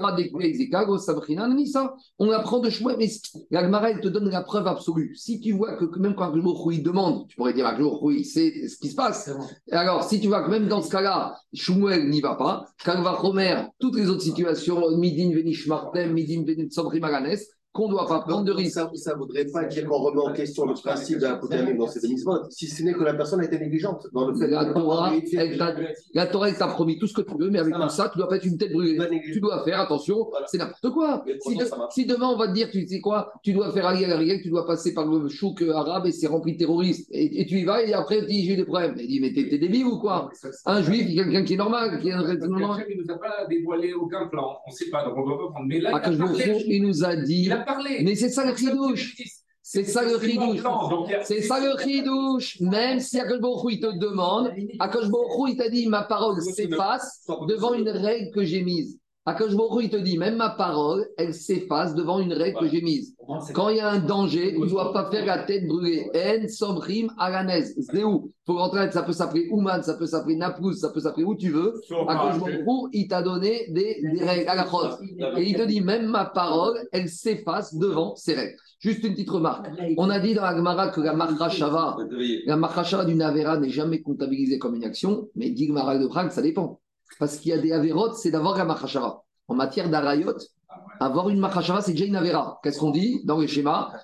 on apprend de Shmuel, mais l'Agmara, il te donne la preuve absolue. Si tu vois que même quand il demande, tu pourrais dire il sait ce qui se passe. Alors, si tu vois que même dans ce cas-là, Shmuel n'y va pas, Kalva Romer, toutes les autres situations, Midin Venish Martem, Midin Venish Somri Maganes, qu'on ne doit pas prendre de risque. Ça ne voudrait pas dire qu'on remet en question le principe de la potamine dans ces mitzvot, si ce n'est que la personne a été négligente. Dans le fait la Torah, elle t'a promis tout ce que tu veux, mais avec tout ça, tu dois pas être une tête brûlée. Tu dois faire attention, c'est n'importe quoi. Si demain, on va te dire, tu sais quoi, tu dois faire Ariel, tu dois passer par le chouk arabe et c'est rempli de terroristes, et tu y vas, et après, tu dis, j'ai des problèmes. Il dit, mais t'es débile ou quoi? Un juif, quelqu'un qui est normal, qui est un raisonnement. Il ne nous a pas dévoilé aucun plan, on ne sait pas, donc on ne doit pas prendre. Mais là, il nous a dit. Mais c'est ça le chidouche. C'est ça le chidouche. Même si Akash Baruch Hu, il te demande, Akash Baruch Hu, il t'a dit, ma parole s'efface devant une règle que j'ai mise. Akash Baruch Hu, il te dit, même ma parole, elle s'efface devant une règle que j'ai mise. Quand il y a un danger, tu ne dois pas faire la tête brûlée. En Somrim Aranez. C'est où? Il faut rentrer, ça peut s'appeler Ouman, ça peut s'appeler Naplouz, ça peut s'appeler où tu veux. Akash Baruch Hu, il t'a donné des règles à la crosse. Et il te dit, même ma parole, elle s'efface devant ces règles. Juste une petite remarque. On a dit dans la Gemara que la Machashava d'une Avera n'est jamais comptabilisée comme une action, mais dit Gemara de Prague, ça dépend. Parce qu'il y a des Averot, c'est d'avoir la Machashava. En matière d'Arayot, avoir une Machashava, c'est déjà une Avera. Qu'est-ce qu'on dit dans le schéma?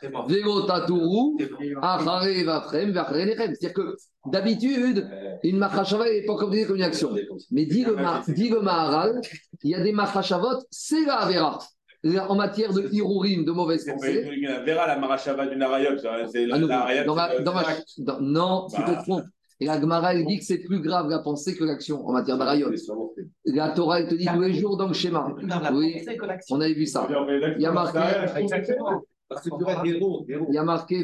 C'est-à-dire que d'habitude, une Machashava n'est pas comptabilisée comme une action. Mais dit le Maharal, il y a des Machashavot, c'est la Avera. En matière de hirurim, de mauvaise pensée. Verra la marachava du Narayot. C'est non, tu te trompes. Et la Gemara, elle dit que c'est plus grave la pensée que l'action en matière d'Arayot. La Torah, elle te dit tous les jours dans le schéma. Oui, on avait vu ça. Il y a marqué. Il y a marqué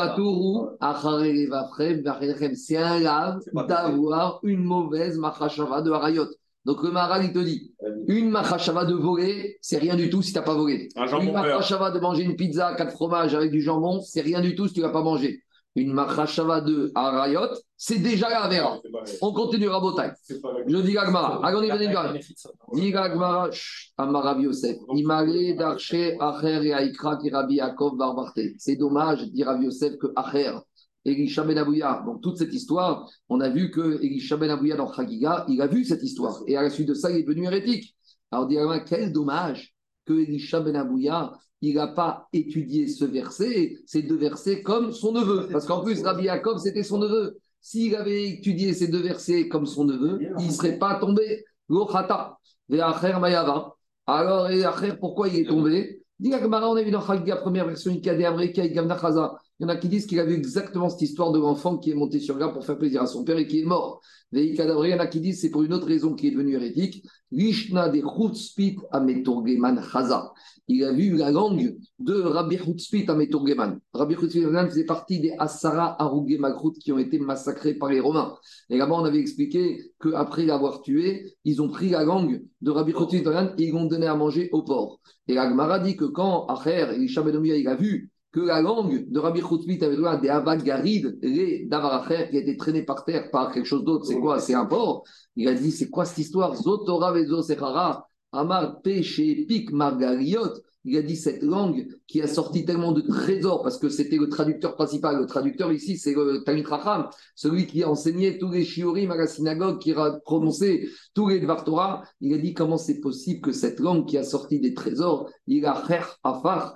c'est un lave d'avoir une mauvaise machashava de Harayot. Donc le Maharal, il te dit, une machashava de voler, c'est rien du tout si tu n'as pas volé. Une machashava de manger une pizza 4 fromages avec du jambon, c'est rien du tout si tu ne l'as pas mangé. Une machashava de Harayot, c'est déjà la Vera. On continue, Rabotai. Je dis la Gemara. Dis la Gemara, Amarav Yosef. Imale Darché Acher et Aïkra qui Rabbi Yaakov Barbarte. C'est dommage, dit Rav Yosef, que Acher, Elisha Ben Abouya, donc toute cette histoire, on a vu que Elisha Ben Abouya dans Chagiga, il a vu cette histoire. Et à la suite de ça, il est devenu hérétique. Alors, dis quel dommage que Elisha Ben Abouya, il n'a pas étudié ce verset, ces 2 versets comme son neveu. Parce qu'en plus, Rabbi Yaakov, c'était son neveu. S'il avait étudié ces 2 versets comme son neveu, il ne serait pas tombé. L'Ochata, Ve'acher Mayava. Alors, et Acher, pourquoi il est tombé? Dit la Gemara, on a vu dans Chagiga, première version, il y en a qui disent qu'il a vu exactement cette histoire de l'enfant qui est monté sur l'arbre pour faire plaisir à son père et qui est mort. Il y en a qui disent c'est pour une autre raison qu'il est devenu hérétique. Lishna de Chutzpit Ametorgeman Chaza. Il a vu la langue de Rabbi Chutzpit Ametorgeman. Rabbi Chutzpit Ametorgeman faisait partie des Asara Arugé Magrout qui ont été massacrés par les Romains. Et là-bas, on avait expliqué qu'après l'avoir tué, ils ont pris la langue de Rabbi Chutzpit Ametorgeman et ils l'ont donné à manger au porc. Et la Gemara dit que quand Acher, Elisha Ben Omiya, il a vu que la langue de Rabbi Choutbit avait droit des avagarides, les davaracher, qui a été traîné par terre par quelque chose d'autre. C'est quoi? C'est un porc. Il a dit, c'est quoi cette histoire? Zotora vezo sechara, amar péché pic margariot. Il a dit cette langue qui a sorti tellement de trésors, parce que c'était le traducteur principal. Le traducteur ici, c'est le Talmid Chacham, celui qui a enseigné tous les shiurim à la synagogue, qui a prononcé tous les Dvar Torah. Il a dit comment c'est possible que cette langue qui a sorti des trésors, il a cher afar,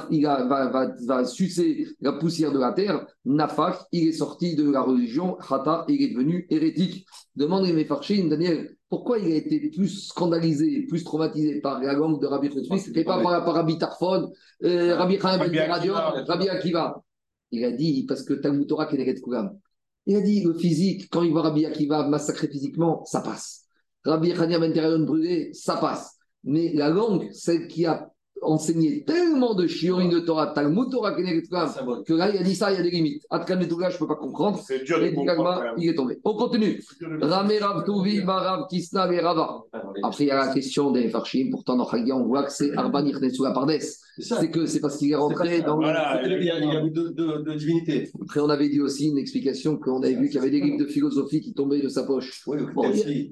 va sucer la poussière de la terre, nafak, il est sorti de la religion, chata, il est devenu hérétique. Demande les Mefarshim, Daniel, pourquoi il a été plus scandalisé, plus traumatisé par la langue de Rabbi Choutbit, c'était pas par Rabbi Tarfon, Rabbi Chaim Ben Radion, Rabbi Akiva. Il a dit, parce que Talmud Torah Keneged Kulam. Il a dit, le physique, quand il voit Rabbi Akiva massacré physiquement, ça passe. Rabbi Chania Ben Radion brûlé, ça passe. Mais la langue, celle qui a enseigné tellement de shiurim de Torah, Talmud Torah Keneged Kulam, que là, il a dit ça, il y a des limites. Atkan et Touga, je ne peux pas comprendre. C'est dur de Et comprendre. il est tombé. On continue. Ramé Rav Touvi, Barav Kisna et Rava. Après, il y a la question des Farshim. Pourtant, dans Chagia, on voit que c'est Arban Irnesu Pardes. C'est que c'est parce qu'il est rentré dans. Voilà, il y a deux divinités. Après, on avait dit aussi une explication qu'on avait vu qu'il y avait des livres de philosophie qui tombaient de sa poche. Oui, Bon, on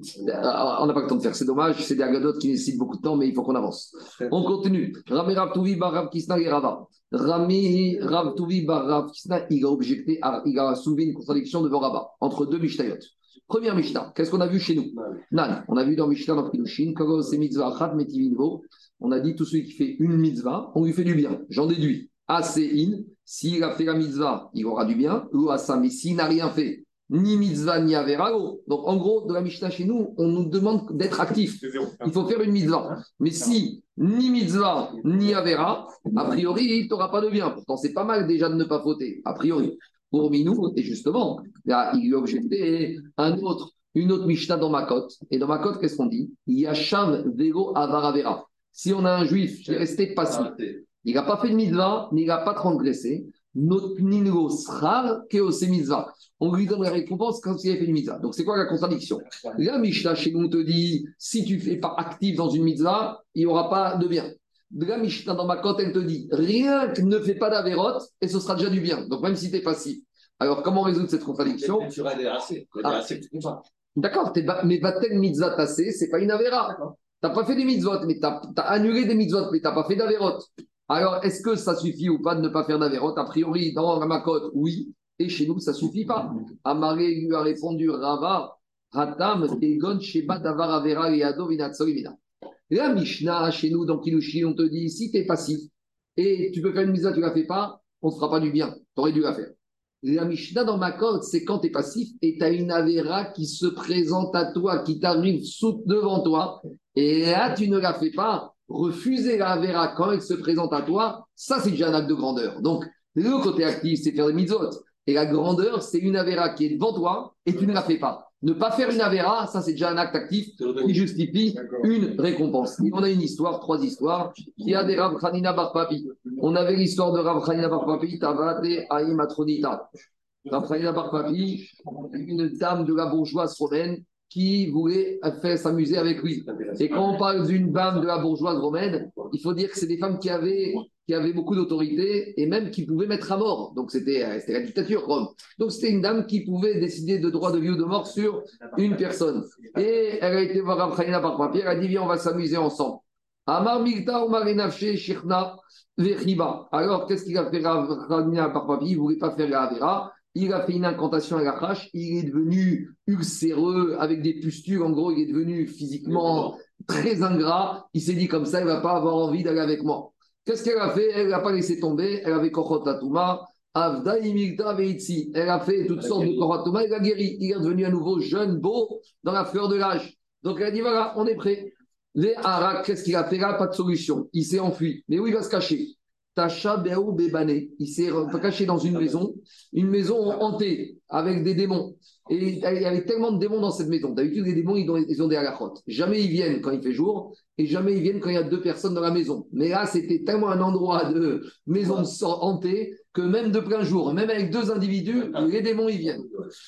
n'a pas le temps de faire, c'est dommage. C'est des agadotes qui nécessitent beaucoup de temps, mais il faut qu'on avance. On continue. Rami Rav Touvi Barav Kisna et Rava. Rami Rav Touvi Barav Kisna, il a objecté, il a soulevé une contradiction devant Rabat entre deux Mishnayot. Première Mishnah, qu'est-ce qu'on a vu chez nous? Nan, on a vu dans Mishnah dans Kiddushin, Kagos c'est mitzvah achat metivinvo. On a dit tout celui qui fait une mitzvah, on lui fait du bien. J'en déduis. Asein, s'il a fait la mitzvah, il aura du bien. Ou asa, mais s'il n'a rien fait, ni mitzvah ni avera. Donc en gros, de la Mishnah chez nous, on nous demande d'être actif. Il faut faire une mitzvah. Mais si ni mitzvah ni avera, a priori, tu n'auras pas de bien. Pourtant, c'est pas mal déjà de ne pas fauter, a priori. Pour Minou, et justement, là, il lui a objecté une autre Mishnah dans Makot. Et dans Makot, qu'est-ce qu'on dit? Yashav vego avaravera. Si on a un juif qui est resté passif, il n'a pas fait de mitzvah, mais il n'a pas transgressé, notre ningo srar keose mitzvah. On lui donne la récompense quand il a fait une mitzvah. Donc c'est quoi la contradiction? La Mishnah chez nous te dit, si tu ne fais pas actif dans une mitzvah, il n'y aura pas de bien. La Mishnah dans Makot, elle te dit, rien que ne fais pas d'avérot, et ce sera déjà du bien. Donc même si tu es passif. Alors comment résoudre cette contradiction? D'accord, mais Batel mitzvah tassé, c'est pas une avéra. Tu n'as pas fait des mitzvot, mais tu as annulé des mitzvot, mais tu n'as pas fait d'avérot. Alors, est-ce que ça suffit ou pas de ne pas faire d'avérot? A priori, dans Ramakot, oui. Et chez nous, ça ne suffit pas. Amaré lui a répondu Rava, Hatam, Egon, Sheba, Davar, Avera, Yado, Vinatsorivina. La Mishnah, chez nous, dans Kilushi, on te dit si tu es passif et tu peux faire une mitzvah, tu ne la fais pas, on ne fera pas du bien. Tu aurais dû la faire. La Mishnah dans Makot, c'est quand tu es passif et tu as une Avera qui se présente à toi, qui t'arrive devant toi. Et là, tu ne la fais pas. Refuser la Avera quand elle se présente à toi, ça, c'est déjà un acte de grandeur. Donc, le côté actif, c'est faire des mitzvot. Et la grandeur, c'est une Avera qui est devant toi et tu ne la fais pas. Ne pas faire une Avera, ça, c'est déjà un acte actif qui justifie une récompense. Et on a une histoire, 3 histoires. Il y a des Rav Chanina Bar Papi. On avait l'histoire de Rav Chanina Bar Papi, Tavate Aïm Atronita. Rav Chanina Bar Papi, une dame de la bourgeoise romaine qui voulait faire s'amuser avec lui. Et quand on parle d'une dame de la bourgeoise romaine, il faut dire que c'est des femmes qui avaient beaucoup d'autorité et même qui pouvaient mettre à mort. Donc c'était la dictature, Rome. Donc c'était une dame qui pouvait décider de droit de vie ou de mort sur une personne. Et elle a été voir Rav Chanina Bar Papi, elle a dit viens, on va s'amuser ensemble. Amar Milta Omar Enafshe Shirna Vechiba. Alors qu'est-ce qu'il a fait Rav Chanina Bar Papi? Il ne voulait pas faire la Avera. Il a fait une incantation à la crache, il est devenu ulcéreux avec des pustules, en gros, il est devenu physiquement très ingrat. Il s'est dit comme ça, il ne va pas avoir envie d'aller avec moi. Qu'est-ce qu'elle a fait? Elle n'a pas laissé tomber, elle avait Kochot Atuma, Avda Imilta Veitsi. Elle a fait toutes sortes de Kochot Atuma, elle a guéri. Il est devenu à nouveau jeune, beau, dans la fleur de l'âge. Donc elle a dit voilà, on est prêt. Les Harak, qu'est-ce qu'il a fait là? Pas de solution. Il s'est enfui. Mais où il va se cacher? Tacha Beou Bebane. Il s'est caché dans une maison hantée avec des démons. Et il y avait tellement de démons dans cette maison. D'habitude, les démons, ils ont des halachot. Jamais ils viennent quand il fait jour et jamais ils viennent quand il y a 2 personnes dans la maison. Mais là, c'était tellement un endroit de maison hantée que même de plein jour, même avec 2 individus, les démons, ils viennent.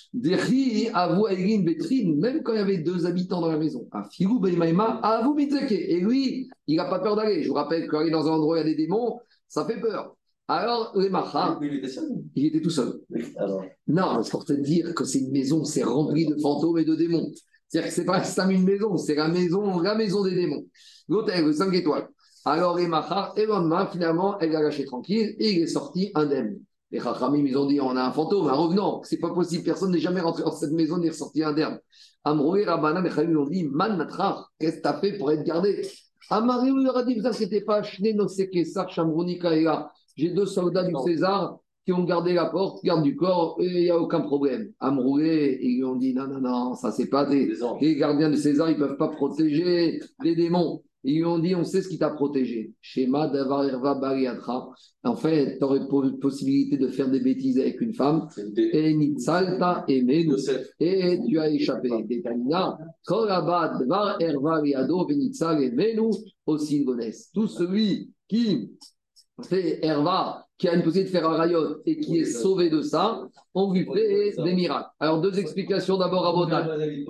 Dechi, Avou, Aïrin, Betrin, même quand il y avait 2 habitants dans la maison. Afilou, Beimaïma, Avou, Bitzeke. Et lui, il n'a pas peur d'aller. Je vous rappelle, quand il est dans un endroit où il y a des démons, ça fait peur. Alors, les Macha, Il était seul. il était tout seul. Alors, Non, c'est pour te dire que c'est une maison, c'est rempli de fantômes et de démons. C'est-à-dire que c'est pas une maison, c'est la maison des démons. L'hôtel, 5 étoiles. Alors, et le lendemain, finalement, elle l'a lâché tranquille et il est sorti indemne. Les Chachamim, ils ont dit, on a un fantôme, un revenant. C'est pas possible, personne n'est jamais rentré dans cette maison ni ressorti indemne. Amroué, Rabbanan, les Chachamim ont dit, Man Natrar, qu'est-ce que tu as fait pour être gardé? Amari, il leur a dit, vous inquiétez pas, Shne Noseke, Sar, Shamroni, Kaela. J'ai 2 soldats du César qui ont gardé la porte, garde du corps, et il n'y a aucun problème. Amroué, ils lui ont dit, non, ça c'est pas les gardiens de César, ils ne peuvent pas protéger les démons. Ils lui ont dit, on sait ce qui t'a protégé. Shema Davar Erva Bariatra. En fait, tu aurais possibilité de faire des bêtises avec une femme. Et Nitzalta et Menu. Et tu as échappé. Détamina. Korabad Davar Erva Riado Venitzal et Menu aussi Tout celui qui fait Herva, qui a une possibilité de faire un rayot et qui est sauvé de ça, on lui fait des miracles. Alors, 2 explications. D'abord à Botaï.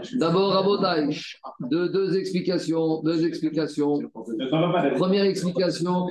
Deux explications. Première explication.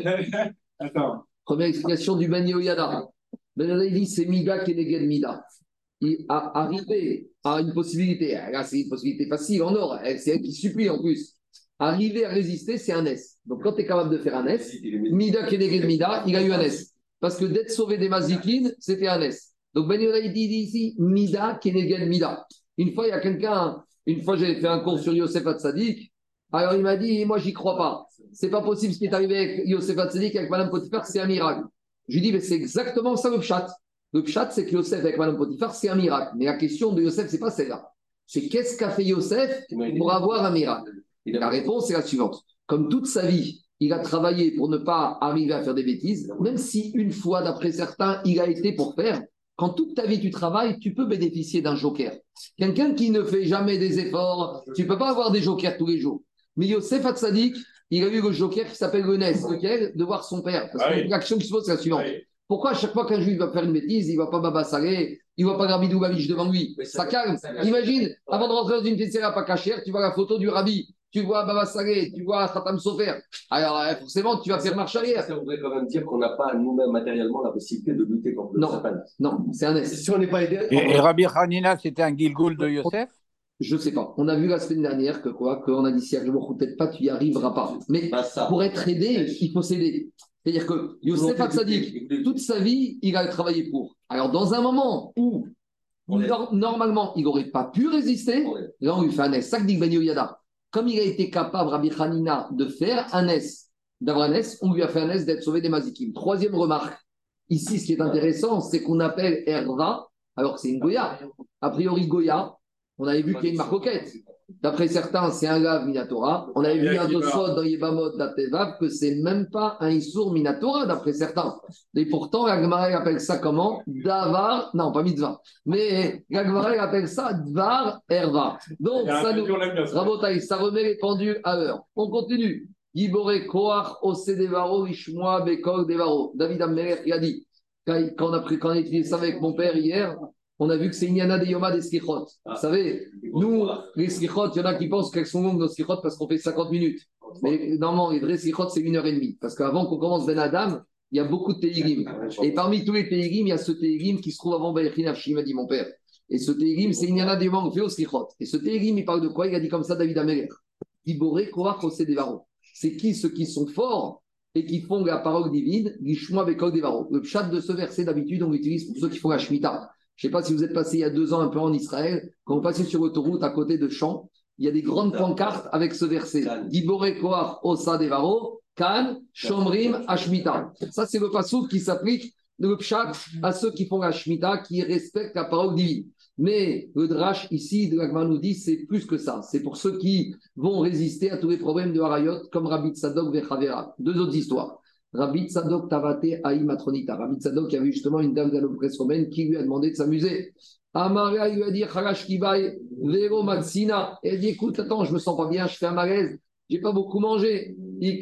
Première explication du Ben Yehoyada. Ben Yehoyada dit c'est Mida Keneged Mida. Il a arrivé à une possibilité. Là, c'est une possibilité facile en or. C'est elle qui supplie en plus. Arriver à résister, c'est un S. Donc, quand tu es capable de faire un S, Mida Keneged Mida, il a eu un S. Parce que d'être sauvé des mazikines, c'était un S. Donc, Ben Yehoyada dit ici Mida Keneged Mida. Une fois, il y a quelqu'un, j'avais fait un cours sur Yosef Hatzadik. Alors, il m'a dit, moi, j'y crois pas. C'est pas possible ce qui est arrivé avec Yosef Hatzadik, avec Madame Potiphar, c'est un miracle. Je lui dis, mais c'est exactement ça le pshat. Le pshat, c'est que Yosef avec Madame Potiphar, c'est un miracle. Mais la question de Yosef, c'est pas celle-là. C'est qu'est-ce qu'a fait Yosef pour avoir un miracle? La réponse est la suivante. Comme toute sa vie, il a travaillé pour ne pas arriver à faire des bêtises, même si une fois, d'après certains, il a été pour faire. Quand toute ta vie tu travailles, tu peux bénéficier d'un joker. Quelqu'un qui ne fait jamais des efforts, tu ne peux pas avoir des jokers tous les jours. Mais Yosef Hatzadik, il a eu le joker qui s'appelle le Nes, lequel de voir son père. Parce que l'action qui se pose, c'est la suivante. Pourquoi à chaque fois qu'un juif va faire une bêtise, il ne va pas babassarer, il ne va pas Rabbi Babiche devant lui? Ça calme. Imagine, avant de rentrer dans une pizzeria pas cachère, tu vois la photo du Rabbi. Tu vois Baba Salé, tu vois Khatam Sofer. Alors, forcément, tu vas faire marche arrière. Ça voudrait quand même dire qu'on n'a pas nous-mêmes matériellement la possibilité de lutter contre le Satan. Non, c'est un S. Si on n'est pas aidé. Et Rabbi Hanina, c'était un Gilgoul de Yosef? Je ne sais pas. On a vu la semaine dernière qu'on a dit si peut-être pas, tu n'y arriveras pas. Mais pour être aidé, il faut s'aider. C'est-à-dire que Yosef Hatzadik, toute sa vie, il a travaillé pour. Alors, dans un moment où normalement, il n'aurait pas pu résister, là, on lui fait un S. Ça que dit Ben Yehoyada. Comme il a été capable, Rabbi Hanina, de faire un S, d'avoir un S, on lui a fait un S d'être sauvé des mazikim. Troisième remarque, ici, ce qui est intéressant, c'est qu'on appelle Herva, alors que c'est une Goya. A priori, Goya, on avait vu qu'il y a une marcoquette. D'après certains, c'est un Gav Minatora. On avait vu un Tosfot dans Yebamot d'Atevav que c'est même pas un Issour Minatora, d'après certains. Et pourtant, la Gemara appelle ça comment? Davar, non, pas Mitzvah. Mais la Gemara appelle ça Dvar Herva. Donc, ça nous. Rabotaï, ça remet les pendules à l'heure. On continue. Giboré Koach, Ose Devaro, Ishmoa, Bekog Devaro. David Ammeler, il a dit, quand on a étudié ça avec mon père hier, on a vu que c'est Inyana de Yoma des Slichot. Vous savez, nous, les Slichot, il y en a qui pensent qu'elles sont longues nos Slichot parce qu'on fait 50 minutes. Mais normalement, les vrais Slichot, c'est 1h30. Parce qu'avant qu'on commence Ben Adam, il y a beaucoup de Téhigim. Et parmi tous les Téhigim, il y a ce Téhigim qui se trouve avant Baïchin Afshim, m'a dit mon père. Et ce Téhigim, c'est Inyana de Yoma, on fait au Slichot. Et ce Téhigim, il parle de quoi? Il a dit comme ça David Améler. Iboré, Koach, Ose Devaro. C'est qui ceux qui sont forts et qui font la parole divine, Lishmoa, Bekog Devaro. Le pshat de ce verset, d'habitude, on l'utilise pour ceux qui font la Shemitah. Je ne sais pas si vous êtes passé il y a 2 ans un peu en Israël, quand vous passez sur l'autoroute à côté de champs, il y a des grandes pancartes avec ce verset. Gibore Koach Osa Devaro, Kan, Shomrim, Ashmita. Ça, c'est le passouk qui s'applique, le pshat, à ceux qui font la Shemitah, qui respectent la parole divine. Mais le drash ici de l'Agma nous dit, c'est plus que ça. C'est pour ceux qui vont résister à tous les problèmes de Harayot, comme Rabbi Tzadok Vechavera. 2 autres histoires. Rabbi Tzadok Tavate Aï Matronita. Rabbi Tzadok avait justement une dame de la noblesse romaine qui lui a demandé de s'amuser. Amaria lui a dit Khalash Kibai, Vero Matsina. Elle dit écoute, attends, je me sens pas bien, je fais un malaise, j'ai pas beaucoup mangé.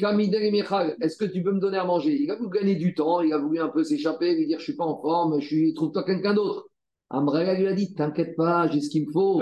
Est-ce que tu peux me donner à manger? Il a voulu gagner du temps, il a voulu un peu s'échapper, lui dire je suis pas en forme, trouve-toi quelqu'un d'autre. Amraya lui a dit t'inquiète pas, j'ai ce qu'il me faut.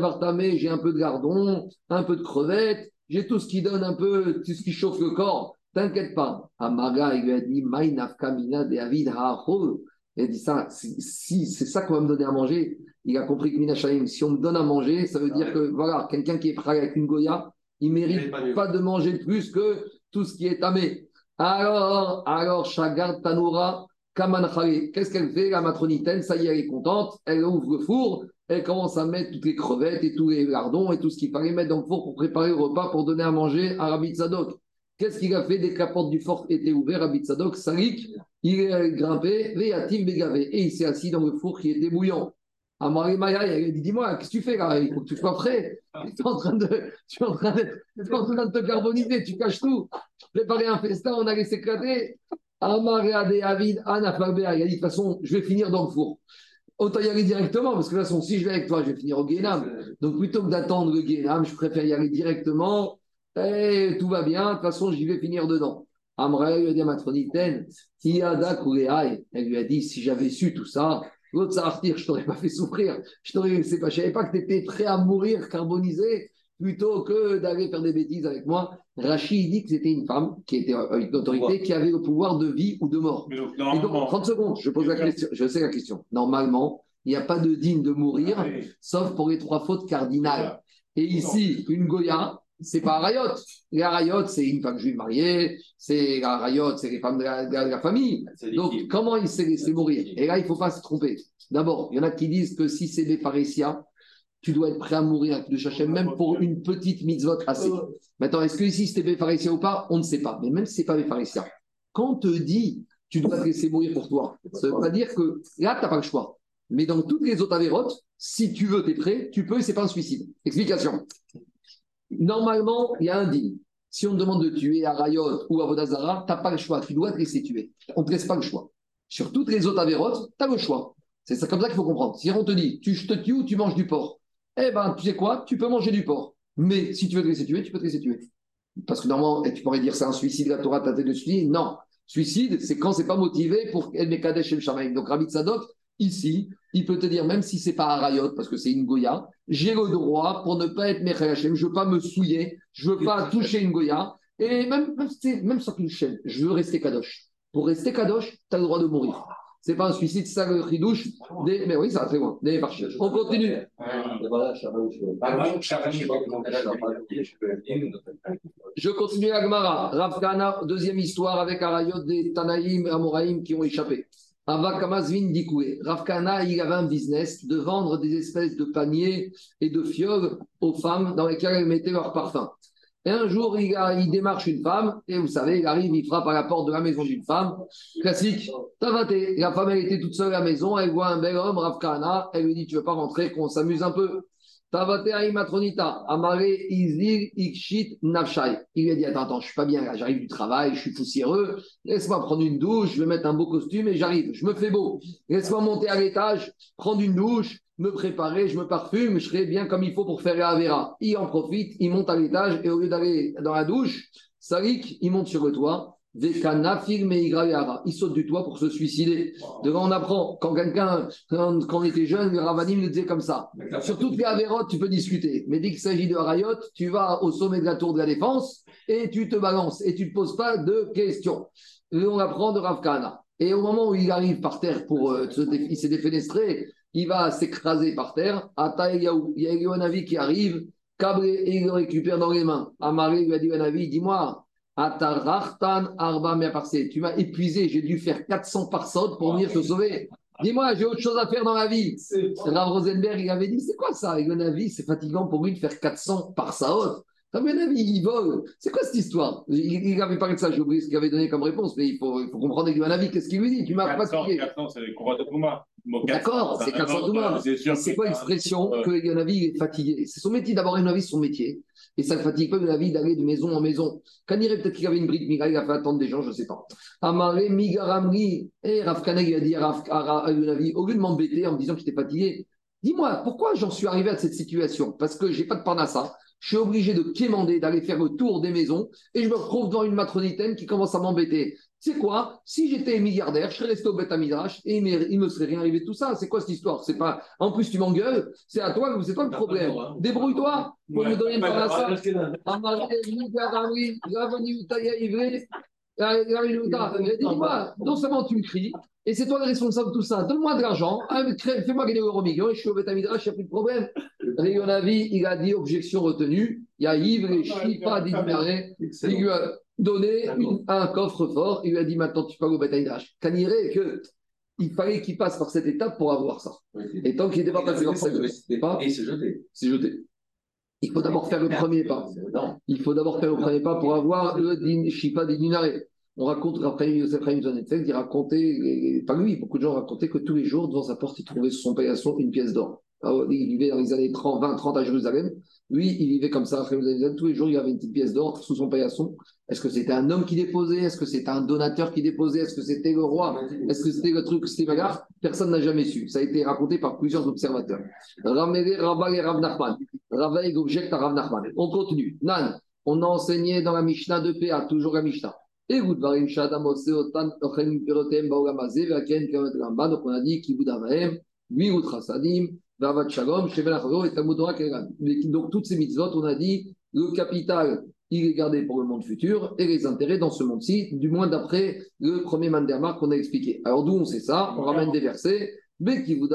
J'ai un peu de gardon, un peu de crevettes, j'ai tout ce qui donne un peu, tout ce qui chauffe le corps. t'inquiète pas. Amaga, il lui a dit, Maïnaf Kamina de Avid Ha'achol. Il a dit ça, si c'est ça qu'on va me donner à manger, il a compris que Minashaim, si on me donne à manger, ça veut dire que voilà, quelqu'un qui est prêt avec une Goya, il ne mérite pas de manger plus que tout ce qui est tamé. Alors, Shagar Tanoura, Kaman Khale, qu'est-ce qu'elle fait, la matronitaine? Ça y est, elle est contente, elle ouvre le four, elle commence à mettre toutes les crevettes et tous les lardons et tout ce qu'il fallait mettre dans le four pour préparer le repas pour donner à manger à Rabbi Tzadok. Qu'est-ce qu'il a fait dès que la porte du fort était ouverte? Rabbi Tzadok, Salik, il est grimpé, Véativ Bégavé, et il s'est assis dans le four qui était bouillant. Amari Maya, il a dit, dis-moi, qu'est-ce que tu fais là? Il faut que tu sois prêt. Tu es en train de te carboniser, tu caches tout. Préparer un festin, on allait s'éclater. Amari Ade Avid, Anafabéa, il a dit, de toute façon, je vais finir dans le four. Autant y aller directement, parce que de toute façon, si je vais avec toi, je vais finir au Guénam. Donc plutôt que d'attendre le Guénam, je préfère y aller directement. Et tout va bien, de toute façon, j'y vais finir dedans. Amra lui a dit à Matronitaine, Tiada Kureai, elle lui a dit, si j'avais su tout ça, l'autre Sahartir, je t'aurais pas fait souffrir. Je ne savais pas que tu étais prêt à mourir carbonisé plutôt que d'aller faire des bêtises avec moi. Rachid dit que c'était une femme qui était une autorité qui avait le pouvoir de vie ou de mort. Et donc, 30 secondes, je pose la question, je sais la question. Normalement, il n'y a pas de digne de mourir, sauf pour les 3 fautes cardinales. Et ici, une Goya, c'est pas un rayot. La rayot, c'est une femme juive mariée, c'est la rayot, c'est les femmes de la famille. Donc, comment il s'est laissé mourir? Et là, il ne faut pas se tromper. D'abord, il y en a qui disent que si c'est des pharésiens, tu dois être prêt à mourir avec le Hachem, même pour une petite mitzvot assez. Maintenant, est-ce que ici c'était des pharésiens ou pas? On ne sait pas. Mais même si ce n'est pas des pharésiens, quand on te dit tu dois te laisser mourir pour toi, ça ne veut pas dire que là, tu n'as pas le choix. Mais dans toutes les autres avérotes, si tu veux, tu es prêt, tu peux et ce n'est pas un suicide. Explication. Normalement, il y a un digne. Si on te demande de tuer à Rayot ou à Vodazara, tu n'as pas le choix. Tu dois te laisser tuer. On ne te laisse pas le choix. Sur toutes les autres avérotes, tu as le choix. C'est ça comme ça qu'il faut comprendre. Si on te dit, je te tue ou tu manges du porc, eh bien, tu sais quoi? Tu peux manger du porc. Mais si tu veux te laisser tuer, tu peux te laisser tuer. Parce que normalement, tu pourrais dire c'est un suicide, la Torah t'a de suicide. Non. Suicide, c'est quand c'est pas motivé pour El Mekadesh El Shamaim. Donc, Rabbi Tzadok, ici, il peut te dire, même si c'est pas un rayot, parce que c'est une Goya, j'ai le droit pour ne pas être Mechel Hashem, je veux pas me souiller, je veux pas toucher une Goya, et même sans qu'une chaîne, je veux rester Kadosh. Pour rester Kadosh, tu as le droit de mourir. C'est pas un suicide, c'est ça le chidouche. Mais oui, ça va très loin. On continue. Je continue la Gemara. Rav Kahana, deuxième histoire avec Arayot des Tanaïm et Amoraïm qui ont échappé. Avakamazvin Dikoué. Rav Kahana, il avait un business de vendre des espèces de paniers et de fioles aux femmes dans lesquelles elles mettaient leur parfum. Et un jour, il démarche une femme, et vous savez, il arrive, il frappe à la porte de la maison d'une femme. Classique. Tavaté. La femme, elle était toute seule à la maison, elle voit un bel homme, Rav Kahana, elle lui dit, tu veux pas rentrer, qu'on s'amuse un peu. Tavaté Aimatronita, Amare Izir Ikshit Nafshai. Il lui a dit, attends, je suis pas bien là, j'arrive du travail, je suis poussiéreux, laisse-moi prendre une douche, je vais mettre un beau costume et j'arrive, je me fais beau. Laisse-moi monter à l'étage, prendre une douche, me préparer, je me parfume, je serai bien comme il faut pour faire la Avera. Il en profite, il monte à l'étage et au lieu d'aller dans la douche, Sarik, il monte sur le toit. Il saute du toit pour se suicider. Devant, on apprend, quand on était jeune, le Ravanim le disait comme ça. Sur toutes les avérotes, tu peux discuter. Mais dès qu'il s'agit de Harayot, tu vas au sommet de la tour de la défense et tu te balances et tu ne te poses pas de questions. Et on apprend de Rav Kahana. Et au moment où il arrive par terre il s'est défenestré, il va s'écraser par terre. Il y a Eliyahu qui arrive, Cabré, et il le récupère dans les mains. Amaré lui a dit à Navi, dis-moi, tu m'as épuisé, j'ai dû faire 400 parsot pour venir te sauver. Dis-moi, j'ai autre chose à faire dans la vie. Rav Rosenberg, il avait dit, c'est quoi ça? Le Navi, c'est fatigant pour lui de faire 400 parsot. T'as vu, Navi, il vole. C'est quoi cette histoire? Il avait parlé de ça, j'ai oublié ce qu'il avait donné comme réponse, mais il faut comprendre avec le Navi, qu'est-ce qu'il lui dit? Tu m'as pas expliqué. 400, c'est les courroies de Touma. D'accord, c'est 400 Touma. C'est quoi l'expression que le Navi est fatigué? C'est son métier, d'abord, le Navi, c'est son métier. Et ça ne fatigue pas de la vie d'aller de maison en maison. Kaniré, peut-être qu'il avait une brique Mira, il a fait attendre des gens, je ne sais pas. Amaré, Migaramri, et Rav Kahana, il a dit à Navi, au lieu de m'embêter en me disant que j'étais fatigué, dis-moi, pourquoi j'en suis arrivé à cette situation? Parce que je n'ai pas de parnassa, je suis obligé de quémander, d'aller faire le tour des maisons, et je me retrouve devant une matronitaine qui commence à m'embêter. C'est quoi? Si j'étais milliardaire, je serais resté au Beth Amidrash et il me serait rien arrivé de tout ça. C'est quoi cette histoire? C'est pas. En plus, tu m'engueules, c'est à toi, c'est toi le problème. Débrouille-toi pour me donner une parnassa. Dis-moi, non seulement tu me cries, et c'est toi le responsable de tout ça. Donne-moi de l'argent, fais-moi gagner l'euro million et je suis au Beth Amidrash, il n'y a plus de problème. Réonavi, il a dit objection retenue. Il y a Yves et Chipa d'Idinaré. Il lui a donné un coffre-fort. Il lui a dit maintenant tu parles au Beth Amidrash. Caniré qu'il fallait qu'il passe par cette étape pour avoir ça. Et tant qu'il n'était pas passé par cette étape, et il s'est jeté. C'est jeté. Il faut d'abord faire le premier pas. Il faut d'abord faire le premier pas pour avoir le din Shipa d'Idinaré. On raconte qu'après Yosef Chaim Zonetfeld, il racontait, pas lui, beaucoup de gens racontaient que tous les jours, devant sa porte, il trouvait sous son paillasson une pièce d'or. Alors, il vivait dans les années 30, 20, 30 à Jérusalem. Lui, il vivait comme ça à Jérusalem. Tous les jours, il y avait une petite pièce d'or sous son paillasson. Est-ce que c'était un homme qui déposait? Est-ce que c'était un donateur qui déposait? Est-ce que c'était le roi? Est-ce que c'était le truc, c'était bagarre? Personne n'a jamais su. Ça a été raconté par plusieurs observateurs. Ramele, Rabba et Rav Nachman. Rava et objecte à Rav Nachman. On continue. Nan, on a enseigné dans la Mishnah de PA, toujours la Mishnah. Donc on a dit donc toutes ces mitzvot, on a dit le capital, il est gardé pour le monde futur et les intérêts dans ce monde-ci, du moins d'après le premier Mandermark qu'on a expliqué. Alors d'où on sait ça? On ramène des versets. Donc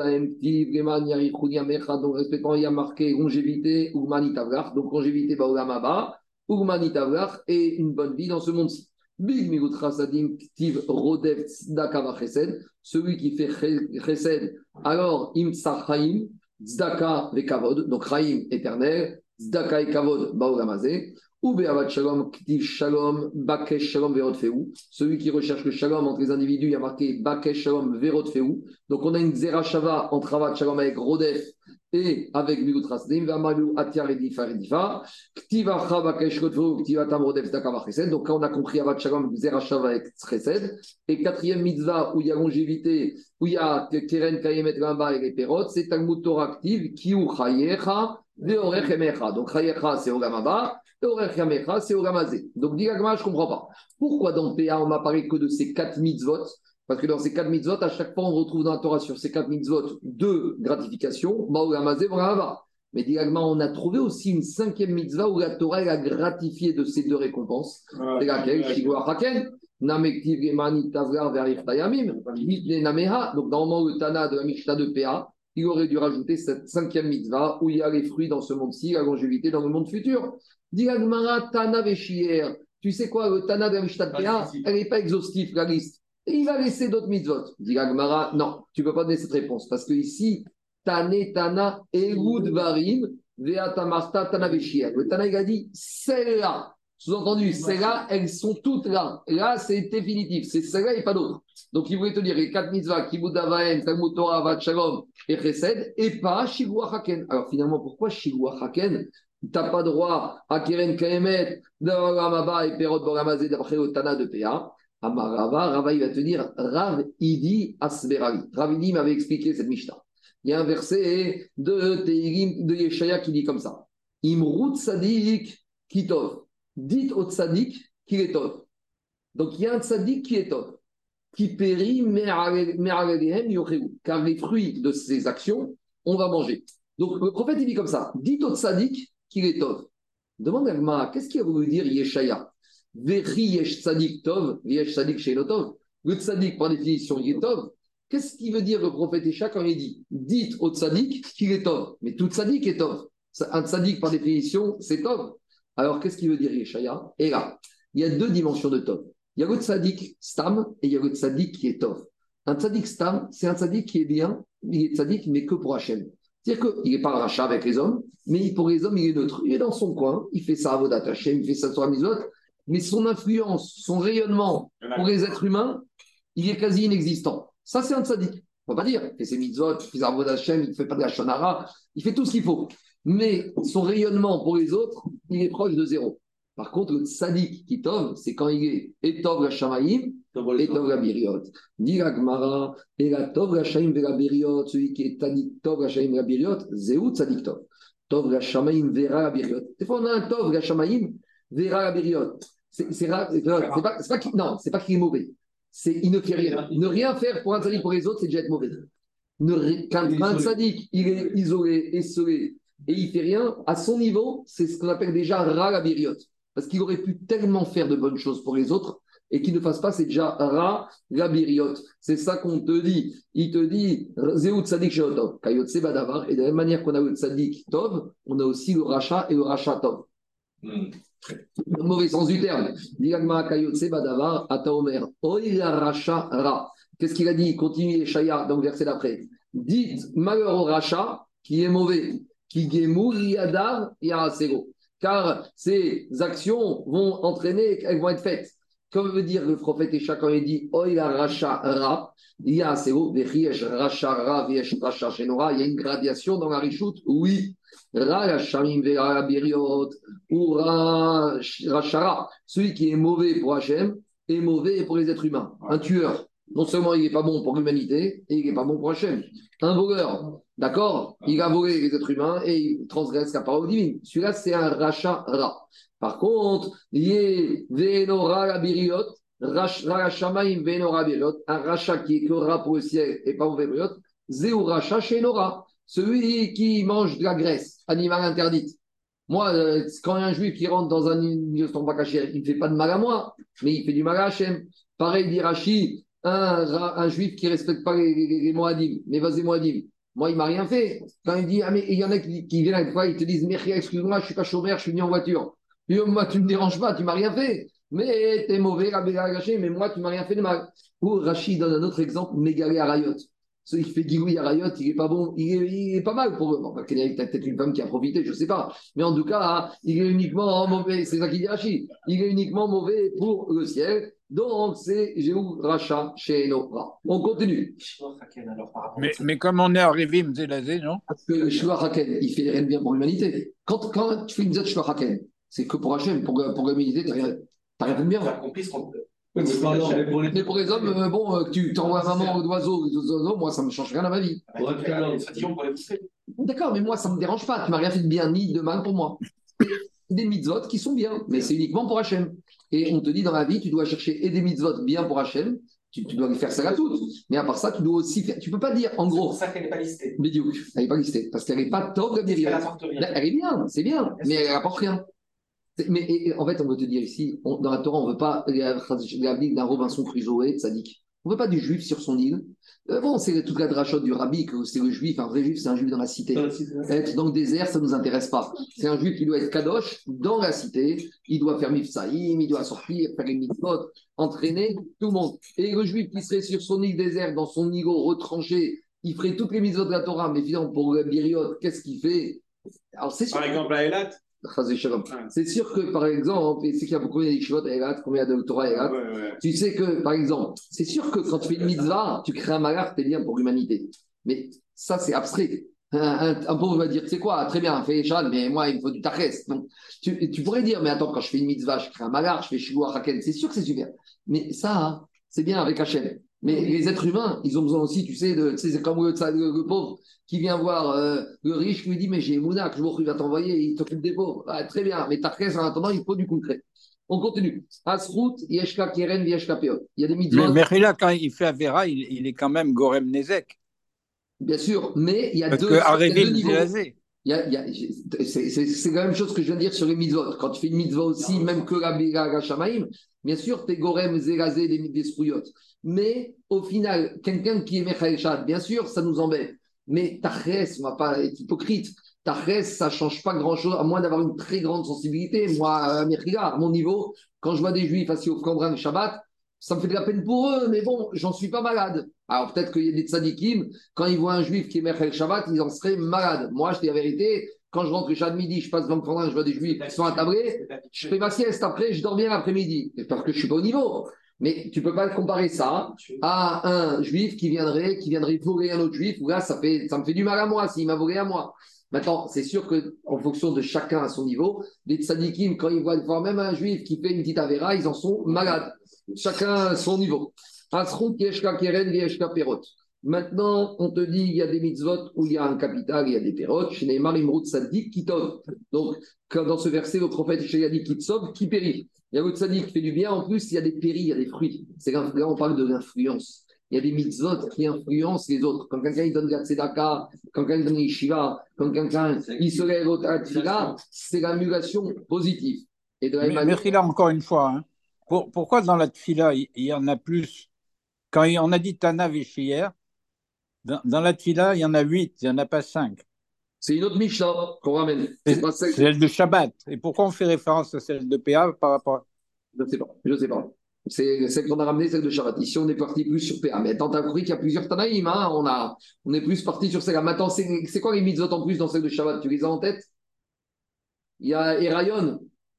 respectant, il y a marqué longévité ou manitavlach, donc longévité baolamaba, ou manitavlach et une bonne vie dans ce monde-ci. Big Migut Chasadim Ktiv Rodev Tzedaka Vachesed, celui qui fait Chesed, alors Im Chaim, Tzedaka Vekavod, donc Chaim éternel, Tzedaka et Kavod Baolamazé, ou Be'avat Shalom Ktiv Shalom Bakesh Shalom Verot Feou, celui qui recherche le Shalom entre les individus, il y a marqué Bakesh Shalom Verot Feou, donc on a une Zerachava entre Avat Shalom avec Rodef et avec Migut Chasadim, Vamalu Atiar Edifa Edifa, Ktiva Chavakesh Rodfeu, Ktiva Tam Rodef Zdaka Chesed. Donc là, on a compris Avat Shalom, Zerachava avec Chesed. Et quatrième mitzvah où il y a longévité, où il y a Keren Kayemet Gamba et les Perot, c'est Talmud Torah Ktiv, Kiu Chayecha, Veorech Emecha. Donc Chayecha, c'est Ogamaba, Veorech Emecha, c'est Ogamazé. Donc, Digagma, je ne comprends pas. Pourquoi dans le PA, on n'a parlé que de ces 4 mitzvot? Parce que dans ces 4 mitzvot, à chaque fois, on retrouve dans la Torah sur ces 4 mitzvot 2 gratifications, Baolamazé, Brahava. Mais directement, on a trouvé aussi une 5e mitzvah où la Torah a gratifié de ces 2 récompenses. C'est laquelle? Shigua Haken, Namektiv Gemani Tavgar Verif Tayamim, Mitne Nameha. Donc, dans le moment où le Tana de la Mishnah de PA, il aurait dû rajouter cette 5e mitzvah où il y a les fruits dans ce monde-ci, la longévité dans le monde futur. Diragmara Tana Veshier. Tu sais quoi, le Tana de la Mishnah de PA, elle n'est pas exhaustive, la liste. Et il va laisser d'autres mitzvot. Dit Agmara, non, tu ne peux pas donner cette réponse. Parce que ici, Tane Tana Erud Varim, Veatamarta Tana Veshia. Le Tana, il a dit, celle-là. Sous-entendu, celles-là, elles sont toutes là. Là, c'est définitif. C'est celle-là et pas d'autres. Donc, il voulait te dire les 4 mitzvahs, Kibud Avaen, Talmud Torah, Avat Shalom et Chesed, et pas Shigua Haken. Alors, finalement, pourquoi Shigua Haken? Tu n'as pas droit à Keren Kaemet, Daramaba et Perot Boramazé d'après le Tana de PA. Rava, il va te dire Rav Idi Asberali. Rav Idi m'avait expliqué cette Mishnah. Il y a un verset de Teilim de Yeshaya qui dit comme ça Imrut Tzadik Kitov. Dites au Tzadik qu'il est Tov. Donc il y a un Tzadik qui est Tov, qui périt, car les fruits de ses actions, on va manger. Donc le prophète il dit comme ça dites au Tzadik qu'il est Tov. Demande à Gmara, qu'est-ce qu'il a voulu dire Yeshaya? Vechi yesh tzadik tov, yesh tzadik sheino tov. Le tzadik, par définition, il est tov. Qu'est-ce qu'il veut dire le prophète Isha quand il dit dites au tzadik qu'il est tov? Mais tout tzadik est tov. Un tzadik, par définition, c'est tov. Alors, qu'est-ce qu'il veut dire Yeshaya? Et là, il y a 2 dimensions de tov. Il y a le tzadik stam et il y a le tzadik qui est tov. Un tzadik stam, c'est un tzadik qui est bien, il est tzadik, mais que pour Hachem. C'est-à-dire qu'il n'est pas rachat avec les hommes, mais pour les hommes, il est neutre. Il est dans son coin, il fait sa avodat Hachem, il fait sa Torah Mitzvot. Mais son influence, son rayonnement pour les êtres humains, il est quasi inexistant. Ça, c'est un tzaddik. On ne va pas dire, il fait ses mitzvot, il fait sa avodat Hashem, il ne fait pas de la shonara, il fait tout ce qu'il faut. Mais son rayonnement pour les autres, il est proche de 0. Par contre, le tzaddik qui tov, c'est quand il est etov la shamaim, etov la biriot. Dit la Gemara, et la tov la shamaim ve la biriot, celui qui est tzaddik tov la shamaim la biriot, zéou tzaddik tov. Tov la shamaim vera la biriot. Des fois, on a un tov la shamaim, Vera la bériode. C'est pas qu'il est mauvais. il ne fait rien. Ne rien faire pour un tzaddik pour les autres, c'est déjà être mauvais. Quand un tzaddik, il est isolé, esselé, et il fait rien, à son niveau, c'est ce qu'on appelle déjà ra la biriot. Parce qu'il aurait pu tellement faire de bonnes choses pour les autres, et qu'il ne fasse pas, c'est déjà ra la biriot. C'est ça qu'on te dit. Il te dit, zéou tzadik sheotov, kayotse badavar, et de la même manière qu'on a le tzadik tov, on a aussi le racha et le racha tov. Dans le mauvais sens du terme. Qu'est-ce qu'il a dit? Continue Shaya dans le verset d'après. Dites malheur au rachat qui est mauvais, qui yadar yarasego. Car ces actions vont entraîner, elles vont être faites. Comme veut dire le prophète Isha quand il dit Oila racha ra, yarasego, vechiyesh racha ra, vechiyesh racha shenora. Il y a une gradation dans la richoute, oui. Ra shamim vera biriot ou ra rachara. Celui qui est mauvais pour Hachem est mauvais pour les êtres humains. Un tueur, non seulement il n'est pas bon pour l'humanité, et il n'est pas bon pour Hachem. Un voleur, d'accord, il a volé les êtres humains et il transgresse la parole divine. Celui-là, c'est un rachara. Par contre, yé venora la biriot, ra shamaim venora biriot, un rachat qui est que ra pour le ciel et pas mauvais biriot, zéu racha shenora. Celui qui mange de la graisse, animal interdite. Moi, quand il y a un juif qui rentre dans un milieu il ne fait pas de mal à moi, mais il fait du mal à Hachem. Pareil, dit Rashi, un juif qui ne respecte pas les Moadim, mais vas-y Moadim. Moi, il ne m'a rien fait. Quand il dit, ah, mais il y en a qui viennent avec toi, ils te disent, Mechia, excuse-moi, je ne suis pas chômeur, je suis venu en voiture. Et moi, tu ne me déranges pas, tu ne m'as rien fait. Mais tu es mauvais, mais moi, tu ne m'as rien fait de mal. Ou Rashi donne un autre exemple, Mégalé Arayot. Celui qui fait Gigoui Arayot, il n'est pas bon, il est pas mal pour eux. Enfin, il y a peut-être une femme qui a profité, je ne sais pas. Mais en tout cas, il est uniquement mauvais, c'est ça qu'il dit Rashi. Il est uniquement mauvais pour le ciel. Donc, c'est Jéhu Racha chez Enora. On continue. Mais comme on est arrivé, Mzélazé, non? Parce que le Shua Haken, il fait rien de bien pour l'humanité. Quand tu fais une zot Shua Haken, c'est que pour Hachem, pour l'humanité, tu n'as rien fait de bien. Oui, mais pour les hommes, tu t'envoies vraiment d'oiseaux, moi, ça ne me change rien à ma vie. D'accord, mais moi, ça ne me dérange pas. Tu ne m'as rien fait de bien ni de mal pour moi. Des mitzvot qui sont bien, mais c'est uniquement pour Hachem. Et on te dit dans la vie, tu dois chercher et des mitzvot bien pour Hachem, tu dois les faire ça à toutes. Mais à part ça, tu dois aussi faire. Tu ne peux pas dire, en gros. C'est pour ça qu'elle n'est pas listée. Mais du coup, elle n'est pas listée. Parce qu'elle n'est pas top, elle est bien, c'est bien, mais elle n'apporte rien. Mais en fait, on veut te dire ici, dans la Torah, on ne veut pas l'avenir d'un Robinson Crusoe, tzaddik. On ne veut pas du juif sur son île. C'est toute la drachote du rabbi, que c'est le juif, un vrai juif, c'est un juif dans la cité. Être dans le désert, ça ne nous intéresse pas. C'est un juif qui doit être kadosh dans la cité, il doit faire mifsaïm, il doit sortir, faire les mitzvot, entraîner tout le monde. Et le juif qui serait sur son île désert, dans son niveau retranché, il ferait toutes les mitzvot de la Torah, mais finalement, pour le biriot, qu'est-ce qu'il fait? Alors, c'est sûr. Par exemple, à Elat. C'est sûr que, par exemple, et c'est qu'il y a beaucoup d'Ishvot à Elat, combien de Torah à Elat, tu sais que, par exemple, c'est sûr que quand tu fais une mitzvah, tu crées un malheur, t'es bien pour l'humanité. Mais ça, c'est abstrait. Un pauvre va dire, tu sais quoi, très bien, fais les chals, mais moi, il me faut du tachès. Donc, tu pourrais dire, mais attends, quand je fais une mitzvah, je crée un malheur, je fais shilua haken, c'est sûr que c'est super. Mais ça, c'est bien avec Hachem. Mais les êtres humains, ils ont besoin aussi, tu sais, c'est comme le pauvre qui vient voir le riche, qui lui dit, mais j'ai Mouna, que je il va t'envoyer, il t'occupe des pauvres. Ah, très bien, mais Tarkès, en attendant, il faut du concret. On continue. Asrout, Yeshka Keren, Yeshka Peot. Il y a des mitzvot. Mais là, quand il fait Avera, il est quand même Gorem Nezek. Bien sûr, mais il y a parce deux, que arriver deux niveaux. C'est la même chose que je viens de dire sur les mitzvot. Quand tu fais une mitzvah aussi, même que la Shamaïm, bien sûr, t'es Gorem, Zérazé, des Sprouyot. Mais au final, quelqu'un qui est Mechael Shad, bien sûr, ça nous embête. Mais Tachès, on ne va pas être hypocrite. Tachès, ça ne change pas grand-chose, à moins d'avoir une très grande sensibilité. Moi, à mon niveau, quand je vois des juifs assis au Cambrin Shabbat, ça me fait de la peine pour eux, mais bon, j'en suis pas malade. Alors peut-être qu'il y a des tzadikim, quand ils voient un juif qui est Mechel Shabbat, ils en seraient malades. Moi, je dis la vérité, quand je rentre le Shabbat midi, je passe devant le Cambrin, je vois des juifs qui sont attablés, je fais ma sieste après, je dors bien l'après-midi. Parce que je ne suis pas au niveau. Mais tu ne peux pas comparer ça à un juif qui viendrait voler un autre juif, où là, ça me fait du mal à moi s'il m'a volé à moi. Maintenant, c'est sûr qu'en fonction de chacun à son niveau, les tzadikim, quand ils voient même un juif qui fait une petite avéra, ils en sont malades. Chacun à son niveau. Asrut yeshka keren yeshka perot. Maintenant, on te dit, il y a des mitzvot où il y a un capital, il y a des pérotes. Chez Neymar, Imrut Sadik, Kitov. Donc, quand dans ce verset, le prophète Ishaya dit qui sauve, qui périt. Il y a l'autre Sadik qui fait du bien. En plus, il y a des péris, il y a des fruits. Là, on parle de l'influence. Il y a des mitzvot qui influencent les autres. Quand quelqu'un il donne la tzedaka, quand quelqu'un donne l'ishiva, quand quelqu'un il se lève au tfila, c'est l'annulation positive. Et de la même Mais manière. là, encore une fois, hein, pourquoi dans la tfila, il y en a plus? Quand on a dit Tana Véchière, dans la tfila, il y en a 8, il n'y en a pas 5. C'est une autre Mishnah qu'on ramène. C'est pas celle... celle de Shabbat. Et pourquoi on fait référence à celle de PA par rapport à... Je ne sais pas. C'est celle qu'on a ramenée, celle de Shabbat. Ici, on est parti plus sur PA. Mais attends, tu as compris qu'il y a plusieurs Tanaïm. Hein, on est plus parti sur celle-là. Maintenant, c'est quoi les mitzvot en plus dans celle de Shabbat? Tu les as en tête? Il y a Erayon.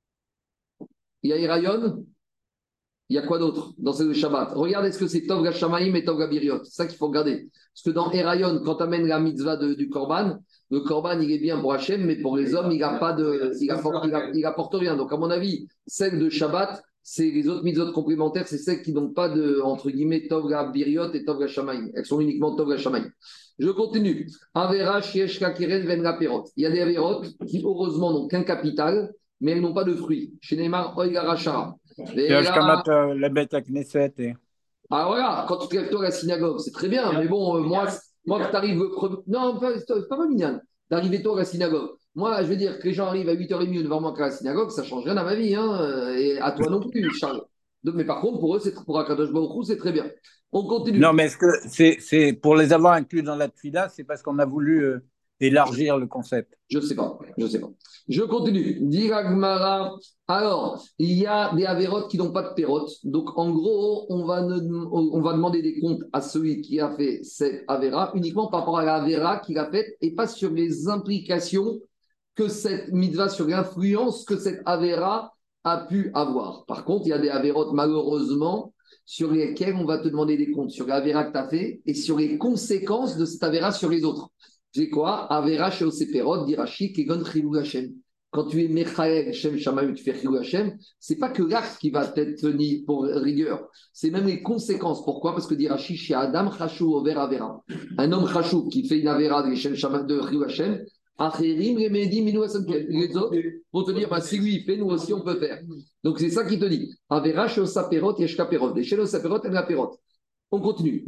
Il y a quoi d'autre dans celle de Shabbat? Regarde, est-ce que c'est Tov Shamaim et Tov Biriot? C'est ça qu'il faut regarder. Parce que dans Erayon, quand tu amènes la mitzvah du Korban, le Korban, il est bien pour Hachem, mais pour les hommes, il apporte rien. Donc, à mon avis, celle de Shabbat, c'est les autres mitzvot complémentaires, c'est celles qui n'ont pas de, entre guillemets, Tov Biriot et Tov Shamaim. Elles sont uniquement Tov Shamaim. Je continue. Avera, Shiesh, Kakeren, Venra, Perot. Il y a des Averot qui, heureusement, n'ont qu'un capital, mais elles n'ont pas de fruits. Chez Neymar, Oigara Shara. La bête à Knesset. Ah voilà, quand tu te lèves toi à la synagogue, c'est très bien, mais bon, moi que tu arrives non, c'est pas mal mignon d'arriver toi à la synagogue. Moi, je veux dire que les gens arrivent à 8h30 devant moi à la synagogue, ça ne change rien à ma vie, hein, et à toi non plus, Charles. Donc, mais par contre, pour eux, pour Akadosh Baruch Hu, c'est très bien. On continue. Non, mais est-ce que c'est pour les avoir inclus dans la tfila, c'est parce qu'on a voulu élargir le concept? Je sais pas. Je continue. Diragmara. Alors, il y a des avérotes qui n'ont pas de pérote. Donc, en gros, on va demander des comptes à celui qui a fait cette avéra uniquement par rapport à l'avéra qu'il a faite et pas sur les implications que cette mitzvah, sur l'influence que cette avéra a pu avoir. Par contre, il y a des avérotes, malheureusement, sur lesquelles on va te demander des comptes sur l'avéra que tu as fait et sur les conséquences de cette avéra sur les autres. C'est quoi? Avera chez Oseperot, Dirachi, Kegon Chilou Hashem. Quand tu es Mechael Hashem Shamaim, tu fais Chilou Hashem, c'est pas que l'acte qui va t'être tenu pour rigueur, c'est même les conséquences. Pourquoi? Parce que Dirachi, chez Adam Chachou Over Avera. Un homme Chachou qui fait une Avera de Chilou Hashem, Acherim, Remedi, Minou Hashem. Les autres vont te dire, bah, si lui il fait, nous aussi on peut faire. Donc c'est ça qui te dit. Avera chez Osaperot, Yeshka Perot. Et chez Osaperot, elle a Perot. On continue.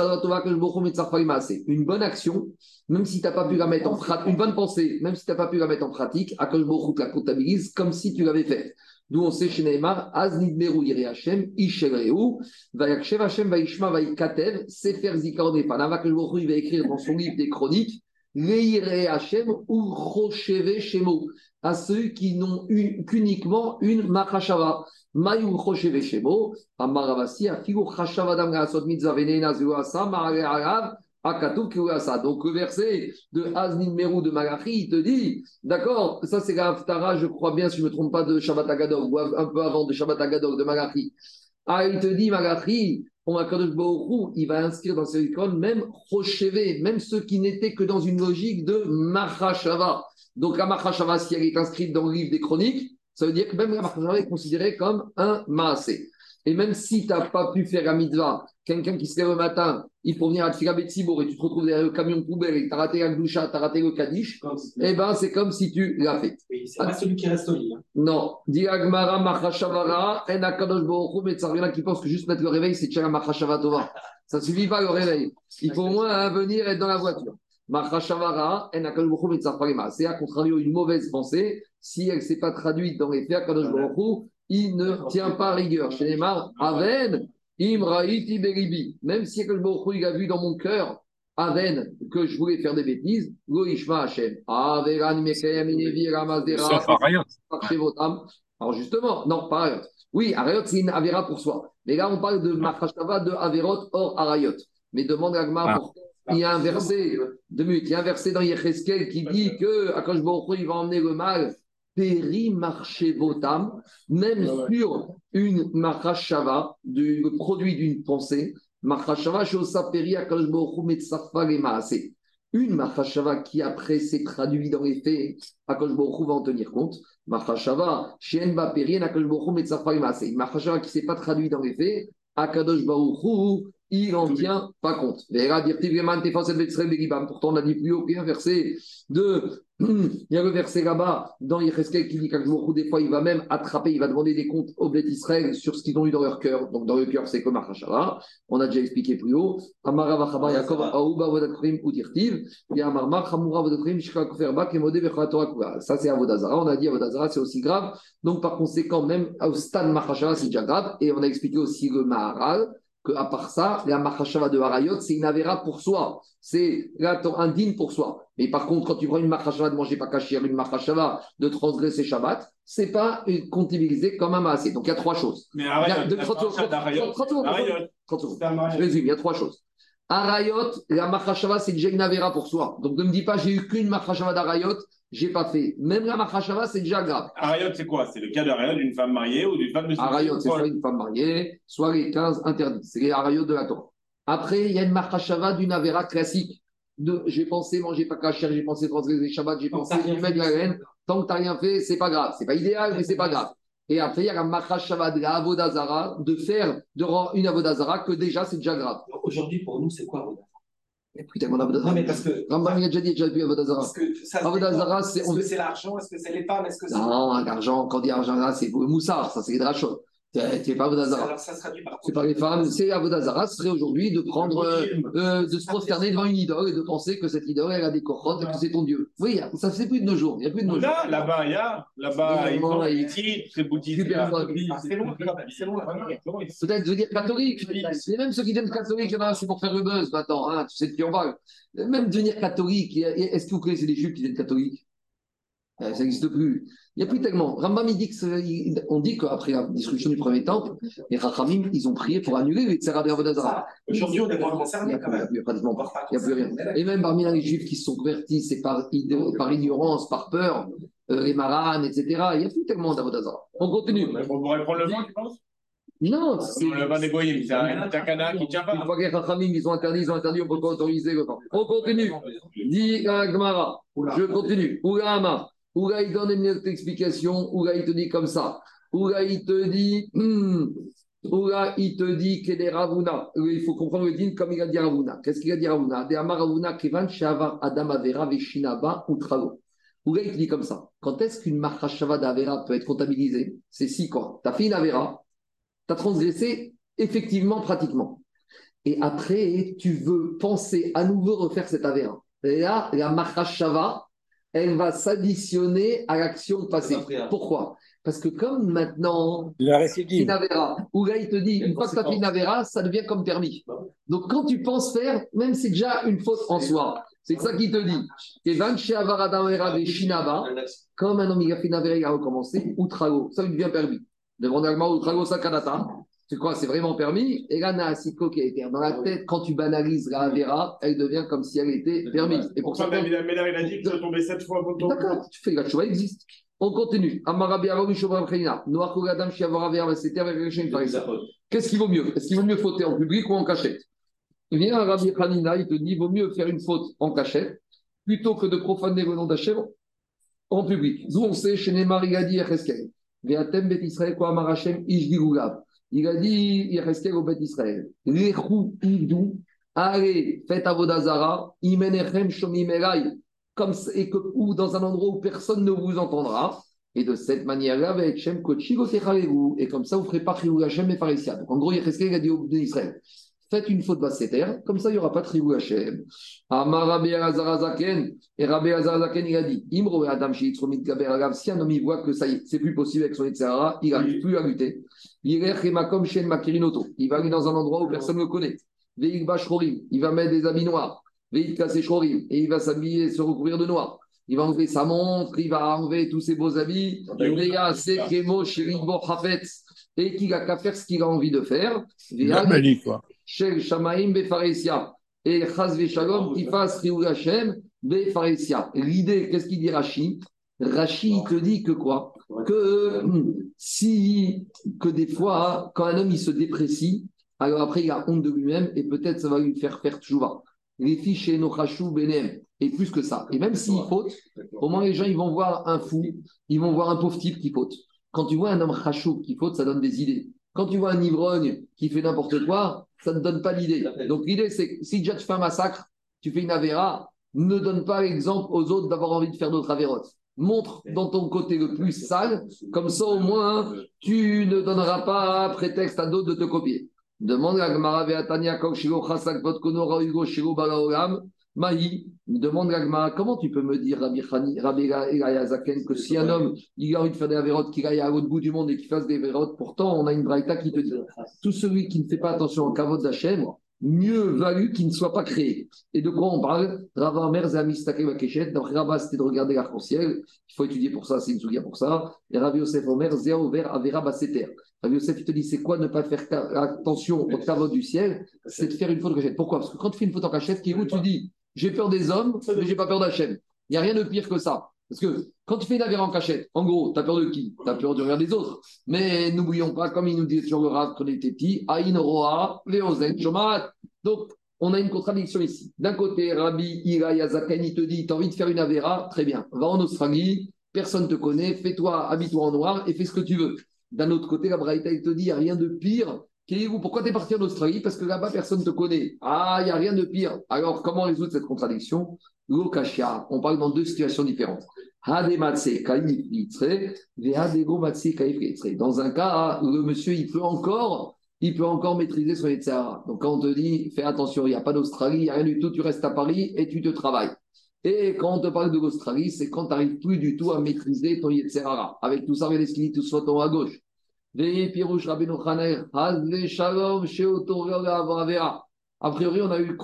Une bonne action, même si tu n'as pas pu la mettre en pratique, une bonne pensée, même si tu n'as pas pu la mettre en pratique, Akash Baruch la comptabilise comme si tu l'avais faite. D'où on sait chez Neymar, Az Nidmeru Yire Hashem, Ishelreu, Vayakshev Hashem, Vaishma, Vaikatev, Sefer Zikaron et Panama, Akash Baruch il va écrire dans son livre des chroniques, Leire Hashem ou Rosheve Shemo, à ceux qui n'ont eu qu'uniquement une Machashava. Mayu Rosheve Shemo, Amaravasi, Afigu Chashavadam Gasot Mitzvah Venena Zuasa, Maragav, Akatou Kiwasa. Donc le verset de Aznil Meru de Malachi, il te dit, d'accord, ça c'est la Haftara, je crois bien, si je ne me trompe pas, de Shabbat Agadog, ou un peu avant de Shabbat Agadog de Malachi. Ah, il te dit, Malachi, il va inscrire dans ses icônes même Rosheve, même ceux qui n'étaient que dans une logique de Machashava. Donc la Machashava, si elle est inscrite dans le livre des chroniques, ça veut dire que même la Machashava est considérée comme un Maasé. Et même si tu n'as pas pu faire la mitzvah, quelqu'un qui se lève le matin, il faut venir à Tfila Betsibour et tu te retrouves derrière le camion de poubelle et tu as raté la Gdoucha, tu as raté le Kaddish, eh bien c'est comme si tu l'as fait. Oui, c'est pas celui qui reste au lit. Hein. Non. Diagmara Machashavara, En Akadosh Baruch mais il y en a qui pensent que juste mettre le réveil, c'est Tchara Machashava Tova. Ça ne suffit pas le réveil. Il faut au moins venir être dans la voiture. Machashavara, En Akadosh Baruch c'est à contrario une mauvaise pensée. Si elle ne s'est pas traduite dans les faits, Akadosh Baruch il ne tient pas rigueur. Chez les Mar, Aven, Imraïti Beribi. Même si Akadosh Baruch il a vu dans mon cœur, Aven, que je voulais faire des bêtises, Loishma Hashem. Averan Mekayam Inevi Ramazdera. Alors justement, non, pas Arayot. Oui, Arayot, c'est une Avera pour soi. Mais là, on parle de Machashava, de Averot hors Arayot. Mais demande à Gmar pourquoi. Il y a un verset, il y a un verset dans Yecheskel qui dit que Akadosh Baruch il va emmener le mal péri marché votam, même sur une machashava, le produit d'une pensée, machashava shosa péri Akadosh Baruch Hu metzarfa le maaseh. Une machashava qui après s'est traduite dans les faits, Akadosh Baruch Hu va en tenir compte. Machashava shien ba péri Akadosh Baruch Hu metzarfa le maaseh. Une machashava qui ne s'est pas traduite dans les faits, Akadosh Baruch Hu il n'en tient pas compte. Pourtant, on a dit plus haut, un verset de. Il y a le verset là-bas dans Yecheskel qui dit qu'un jour, des fois, il va même attraper, il va demander des comptes au Beth Israël sur ce qu'ils ont eu dans leur cœur. Donc, dans le cœur, c'est comme Achashara. On a déjà expliqué plus haut. Amara Vachaba Yaakov Aouba Vodakrim Udirtiv. Et Amarma Chamura Vodakrim Shka Koferba Kemode Vechatora Kula. Ça, c'est Avodazara. On a dit Avodazara, c'est aussi grave. Donc, par conséquent, même au stade Machashara, c'est déjà grave. Et on a expliqué aussi le Maharal. Qu'à part ça, la machashava de Harayot, c'est une avéra pour soi. C'est un dîme pour soi. Mais par contre, quand tu prends une machashava de manger pas cachir, une machashava de transgresser Shabbat, c'est pas comptabilisé comme un maasé. Donc il y a trois choses. Mais Harayot, 30 secondes. Je résume, il y a trois choses. Harayot, la machashava, c'est déjà une avéra pour soi. Donc ne me dis pas, j'ai eu qu'une machashava d'Harayot, j'ai pas fait. Même la machashava, c'est déjà grave. Harayot, c'est quoi? C'est le cas d'Harayot d'une femme mariée ou d'une femme de Harayot, c'est soit une femme mariée, soit les 15 interdits. C'est les Harayot de la Torah. Après, il y a une machashava d'une avéra classique. J'ai pensé manger pas cacher, j'ai pensé transgresser Shabbat, j'ai pensé mettre la laine. Tant que tu n'as rien fait, c'est pas grave. C'est pas idéal, mais c'est pas grave. Et après, il y a la machashava de la Avodazara, de rendre une Avodazara que déjà, c'est déjà grave. Aujourd'hui, pour nous, c'est quoi Avodazara? Il n'y a plus tellement d'Avodazara. Non, mais parce que. Rambam, il a déjà dit Avodazara. Parce que ça, Avodazara, est-ce que c'est l'argent? Est-ce que c'est les femmes? Est-ce que c'est. Non, l'argent, quand on dit argent, là, c'est Moussard, ça, c'est les drachot. Tu n'es pas Avodazara. Alors, ça se traduit par. C'est pas les femmes, c'est Avodazara, ce serait aujourd'hui de prendre, de se prosterner devant une idole et de penser que cette idole, elle a des cochottes et que c'est ton Dieu. Oui, ça ne fait plus de nos jours. Il n'y a plus de nos jours. Là-bas, il y a. Là-bas, ils ont ici, c'est bouddhiste. C'est long. Peut-être devenir catholique. Et même ceux qui deviennent catholiques, c'est pour faire le buzz maintenant. Hein, tu sais de qui on parle. Même devenir catholique, est-ce que vous connaissez des juifs qui deviennent catholiques? Ça n'existe plus. Il n'y a plus tellement. Rambam, on dit qu'après la destruction du premier temple, les Rachamim, ils ont prié pour annuler les Tzera d'Avodazara. Aujourd'hui, on est moins concernés quand même. Il n'y a pratiquement pas. Il n'y a plus rien. Et même parmi les Juifs qui se sont convertis, c'est par ignorance, par peur, les Maran, etc. Il n'y a plus tellement d'Avodazara. On continue. On pourrait prendre le vent, tu penses? Non, c'est. Le vin des goyim, c'est un canard qui ne tient pas. Une fois que les Rachamim, ils ont interdit, on ne peut pas autoriser le vent. On continue. Dit Gemara. Je continue. Oulama. Oula, il donne une autre explication. Oula, il te dit comme ça. Oula, il te dit qu'il est Ravuna. Il faut comprendre le din comme il a dit Ravuna. Qu'est-ce qu'il a dit Ravuna? De Amar Ravuna, Kevan, Shavar, Adam, Avera, Veshinaba, Utrago. Oula, il te dit comme ça. Quand est-ce qu'une Machashava d'Avera peut être comptabilisée? C'est si quand tu as fait une Avera, tu as transgressé effectivement, pratiquement. Et après, tu veux penser à nouveau refaire cette Avera. Et là, la Machashava, elle va s'additionner à l'action passée. Pourquoi? Parce que comme maintenant, la récidive. Une Avera, où là il te dit, une fois que tu as fait une Avera, ça devient comme permis. Donc quand tu penses faire, même c'est déjà une faute en soi. C'est ça qu'il te dit. Et comme un homme il a fait une Avera, il a recommencé, Outrago, ça lui devient permis. Devant l'allemand, Outrago Sakanata. C'est quoi? C'est vraiment permis. Et là, Naasiko qui a été dans la tête, quand tu banalises la Avera, elle devient comme si elle était permise. Et pour ça, il a dit que tu tombé 7 fois avant ton. D'accord, tu fais la Chouva existe. On continue. Qu'est-ce qu'il vaut mieux? Est-ce qu'il vaut mieux fauter en public ou en cachette? Il vient à Rabbi Hanina, il te dit il vaut mieux faire une faute en cachette plutôt que de profaner le nom d'Hachem en public. Nous, on sait, chez Neymar, il a dit Yecheskel. Ve'atem bet Israël ko amar Hashem ish gilulav. Il a dit Yecheskel au bet Israël. Lechu idou, allez, faites avodazara, imenechem shomim elai. Comme, et que, ou dans un endroit où personne ne vous entendra. Et de cette manière-là, et comme ça, vous ne ferez pas Chiyou Hashem et Pharisien. Donc en gros, Yecheskel a dit au d'Israël, faites une faute basse terre, comme ça, il n'y aura pas de Chiyou Hashem. Amar Rabbi Elazar Zaken, et Rabbi Elazar Zaken, il a dit, Imro Adam Sheitzromit Gaber Agav, si un homme il voit que ça y est, c'est plus possible avec son Yitzhara, il n'arrive plus à lutter. Il va aller dans un endroit où personne ne le connaît. Il va mettre des habits noirs. Et il va s'habiller, se recouvrir de noir. Il va enlever sa montre, il va enlever tous ses beaux habits. Et qu'il a qu'à faire ce qu'il a envie de faire. Et Chazve Shalom, qui fasse Riou Hashem, Befaresia. L'idée, qu'est-ce qu'il dit Rashi? Rashi, il te dit que quoi? Que des fois, quand un homme il se déprécie, alors après il a honte de lui-même et peut-être ça va lui faire tchouva. Les fiches chez Nochachou Benem, et plus que ça. Et même s'il faute, au moins les gens ils vont voir un fou, ils vont voir un pauvre type qui faute. Quand tu vois un homme chachou qui faute, ça donne des idées. Quand tu vois un ivrogne qui fait n'importe quoi, ça ne donne pas l'idée. Donc l'idée, c'est que si déjà tu fais un massacre, tu fais une avéra, ne donne pas l'exemple aux autres d'avoir envie de faire d'autres avérotes. Montre dans ton côté le plus sale, comme ça au moins tu ne donneras pas prétexte à d'autres de te copier. Demande à Gmara Veatania Kokshiro Chasak Vodkonora Hugo Shiro Balaolam Mahi. Demande à Gmara comment tu peux me dire Rabbi Elaya Zaken que si un homme il a envie de faire des avérotes, qu'il aille à l'autre bout du monde et qu'il fasse des avérotes, pourtant on a une braïta qui te dit tout celui qui ne fait pas attention au kavod d'Hachem, mieux valu qu'il ne soit pas créé. Et de quoi on parle? Rava Mer Zamistake Vakeshet. D'après Rabat, c'était de regarder l'arc-en-ciel. Il faut étudier pour ça, c'est une souga pour ça. Et Ravi Yosef Omer, Zéa Over Avera Basseter. Ravi Yosef, il te dit c'est quoi ne pas faire attention au kavod du ciel? C'est de faire une faute en cachette. Pourquoi? Parce que quand tu fais une faute en cachette, qui est où tu dis j'ai peur des hommes, mais j'ai pas peur d'Hachem. Il n'y a rien de pire que ça. Parce que quand tu fais une avéra en cachette, en gros, tu as peur de qui? Tu as peur du regard des autres. Mais n'oublions pas, comme il nous disait sur le Rav quand on était petit, Aïn Roa, Léozen, Shomat. Donc, on a une contradiction ici. D'un côté, Rabbi Ira Yazakan, il te dit tu as envie de faire une avéra, très bien. Va en Australie, personne ne te connaît, fais-toi, habille-toi en noir et fais ce que tu veux. D'un autre côté, la Braïta, il te dit il n'y a rien de pire. Pourquoi tu es parti en Australie? Parce que là-bas, personne ne te connaît. Ah, il n'y a rien de pire. Alors, comment résoudre cette contradiction? Lokashia, on parle dans deux situations différentes. Dans un cas, le monsieur, il peut encore maîtriser son Yetzirah. Donc, quand on te dit, fais attention, il n'y a pas d'Australie, il n'y a rien du tout, tu restes à Paris et tu te travailles. Et quand on te parle de l'Australie, c'est quand tu n'arrives plus du tout à maîtriser ton Yetzirah. Avec tout ça, regardez ce qu'il dit tout soit en haut à gauche. A priori,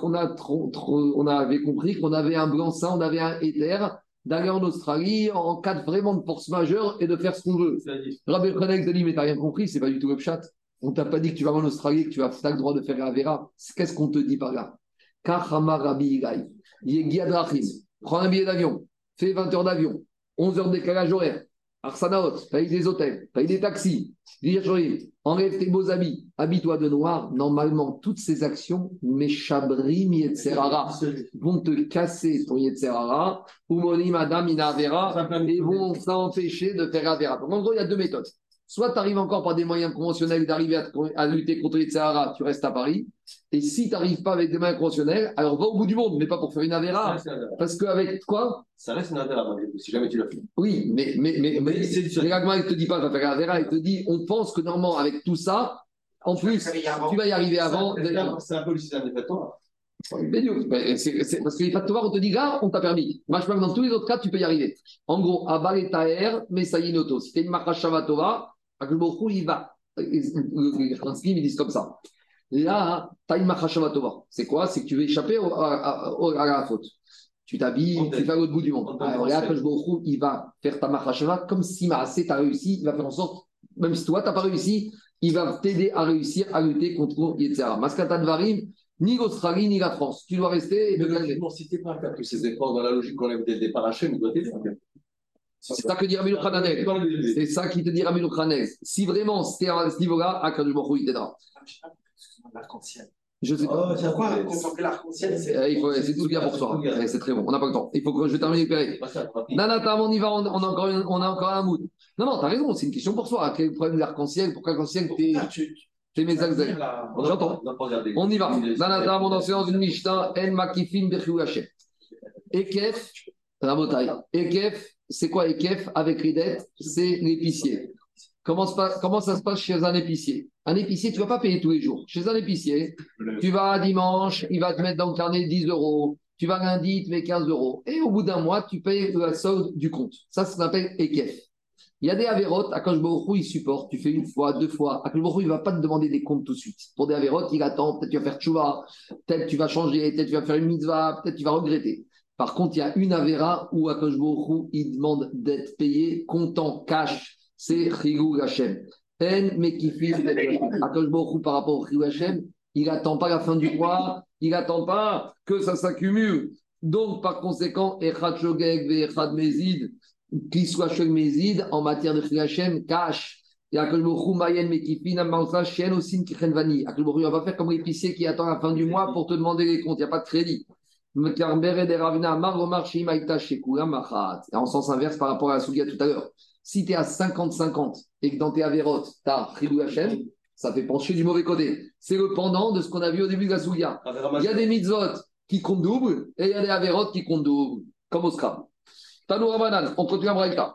on avait compris qu'on avait un blanc-seing, on avait un éther d'aller en Australie en cas de vraiment de force majeure et de faire ce qu'on veut. Rabbi Khanek te dit, mais t'as rien compris, c'est pas du tout le pshat. On t'a pas dit que tu vas en Australie, que tu as le droit de faire la vera. Qu'est-ce qu'on te dit par là? Kachama Rabbi Ilaï, Yegiadrachim, prends un billet d'avion, fais 20 heures d'avion, 11 heures de décalage horaire, Arsanaot, paye des hôtels, paye des taxis, enlève tes beaux habits, habille-toi de noir. Normalement, toutes ces actions, Meshabrim Yetzerara, vont te casser ton Yetzerara, ou Moni Madame Inavera, et vont t'empêcher de faire Avera. Donc, en gros, il y a deux méthodes. Soit tu arrives encore par des moyens conventionnels d'arriver à lutter contre Yetzerara, tu restes à Paris. Et si tu n'arrives pas avec des moyens conventionnels, alors va au bout du monde, mais pas pour faire une Avera. Parce qu'avec quoi? Ça reste une Avera, si jamais tu l'as fait. Oui, mais l'Agma, il ne te dit pas, va faire Avera, il te dit, on pense que normalement, avec tout ça, en plus, tu vas y arriver avant. C'est un peu le système des Fatouras. Parce que les Fatouras, on te dit, gars, on t'a permis. Moi, je pense que dans tous les autres cas, tu peux y arriver. En gros, Abal et Taher, mais ça y est, Noto. Si tu es une Makashavatova, Akhlbochou, il va. Les Khanskim, ils disent comme ça. Là, tu as une Makashavatova. C'est quoi? C'est que tu veux échapper à la faute. Tu t'habilles, tu vas à l'autre bout du monde. Alors là, Akhlbochou, il va faire ta Makashava comme si Maasé t'a réussi. Il va faire en sorte, même si toi, tu n'as pas réussi, il va t'aider à réussir à lutter contre Yetzirah. Maskatan Varim, ni l'Australie, ni la France. Tu dois rester. Si tu n'es pas capable de ces efforts dans la logique qu'on a vu dès le départ, Hachem, il doit t'aider. C'est ça que dit Rabbi Khanez. C'est ça qui te dit Rabbi Khanez. Si vraiment c'était à ce niveau-là, Akadosh Baruch Hu, il t'aidera. L'arc-en-ciel. Je sais pas. C'est quoi contempler l'arc-en-ciel? C'est tout bien pour soi. C'est très bon. On n'a pas le temps. Il faut que je termine le péril. Nanatam, on y va. On a encore un mood. Non, t'as raison. C'est une question pour soi. Quel problème de l'arc-en-ciel? Pourquoi l'arc-en-ciel t'es mes axes? J'entends. On y va. Nanatam, on enseigne dans une Mishnah. En makifin bechiou Hashem. Ekef, Rabotai. Ekef. C'est quoi Ekef avec les dettes? C'est l'épicier. Comment ça se passe chez un épicier? Un épicier, tu ne vas pas payer tous les jours. Chez un épicier, tu vas dimanche, il va te mettre dans le carnet 10 euros. Tu vas lundi, il te met 15 euros. Et au bout d'un mois, tu payes la solde du compte. Ça s'appelle Ekef. Il y a des avérotes, Akadosh Baruch Hu, il supporte. Tu fais une fois, deux fois. Akadosh Baruch Hu, il ne va pas te demander des comptes tout de suite. Pour des avérotes, il attend. Peut-être tu vas faire tchouva. Peut-être tu vas changer. Peut-être tu vas faire une mitzvah. Peut-être tu vas regretter. Par contre, il y a une avéra où Akadosh Baruch Hu, il demande d'être payé comptant, cash. C'est Chilul Hashem. En Mekifin, Akadosh Baruch Hu, par rapport au Chilul Hashem, il n'attend pas la fin du mois, il n'attend pas que ça s'accumule. Donc, par conséquent, Echad Shogeg ve Echad Mezid, qu'il soit Shog Mezid, en matière de Chilul Hashem, cash. Et Akadosh Baruch Hu, Mayen Mekifin, Amansa, Shen Osin Kichen Vani. Akadosh Baruch Hu, on va faire comme l'épicier qui attend la fin du mois pour te demander les comptes. Il n'y a pas de crédit. Et en sens inverse par rapport à la Sougia tout à l'heure. Si tu es à 50-50 et que dans tes avérotes, tu as Chilul Hashem, ça fait pencher du mauvais côté. C'est le pendant de ce qu'on a vu au début de la Soulia. Il y a des mitzvot qui comptent double et il y a des avérotes qui comptent double, comme au Scrabble. Tanou Ramadan, on continue à Braïta.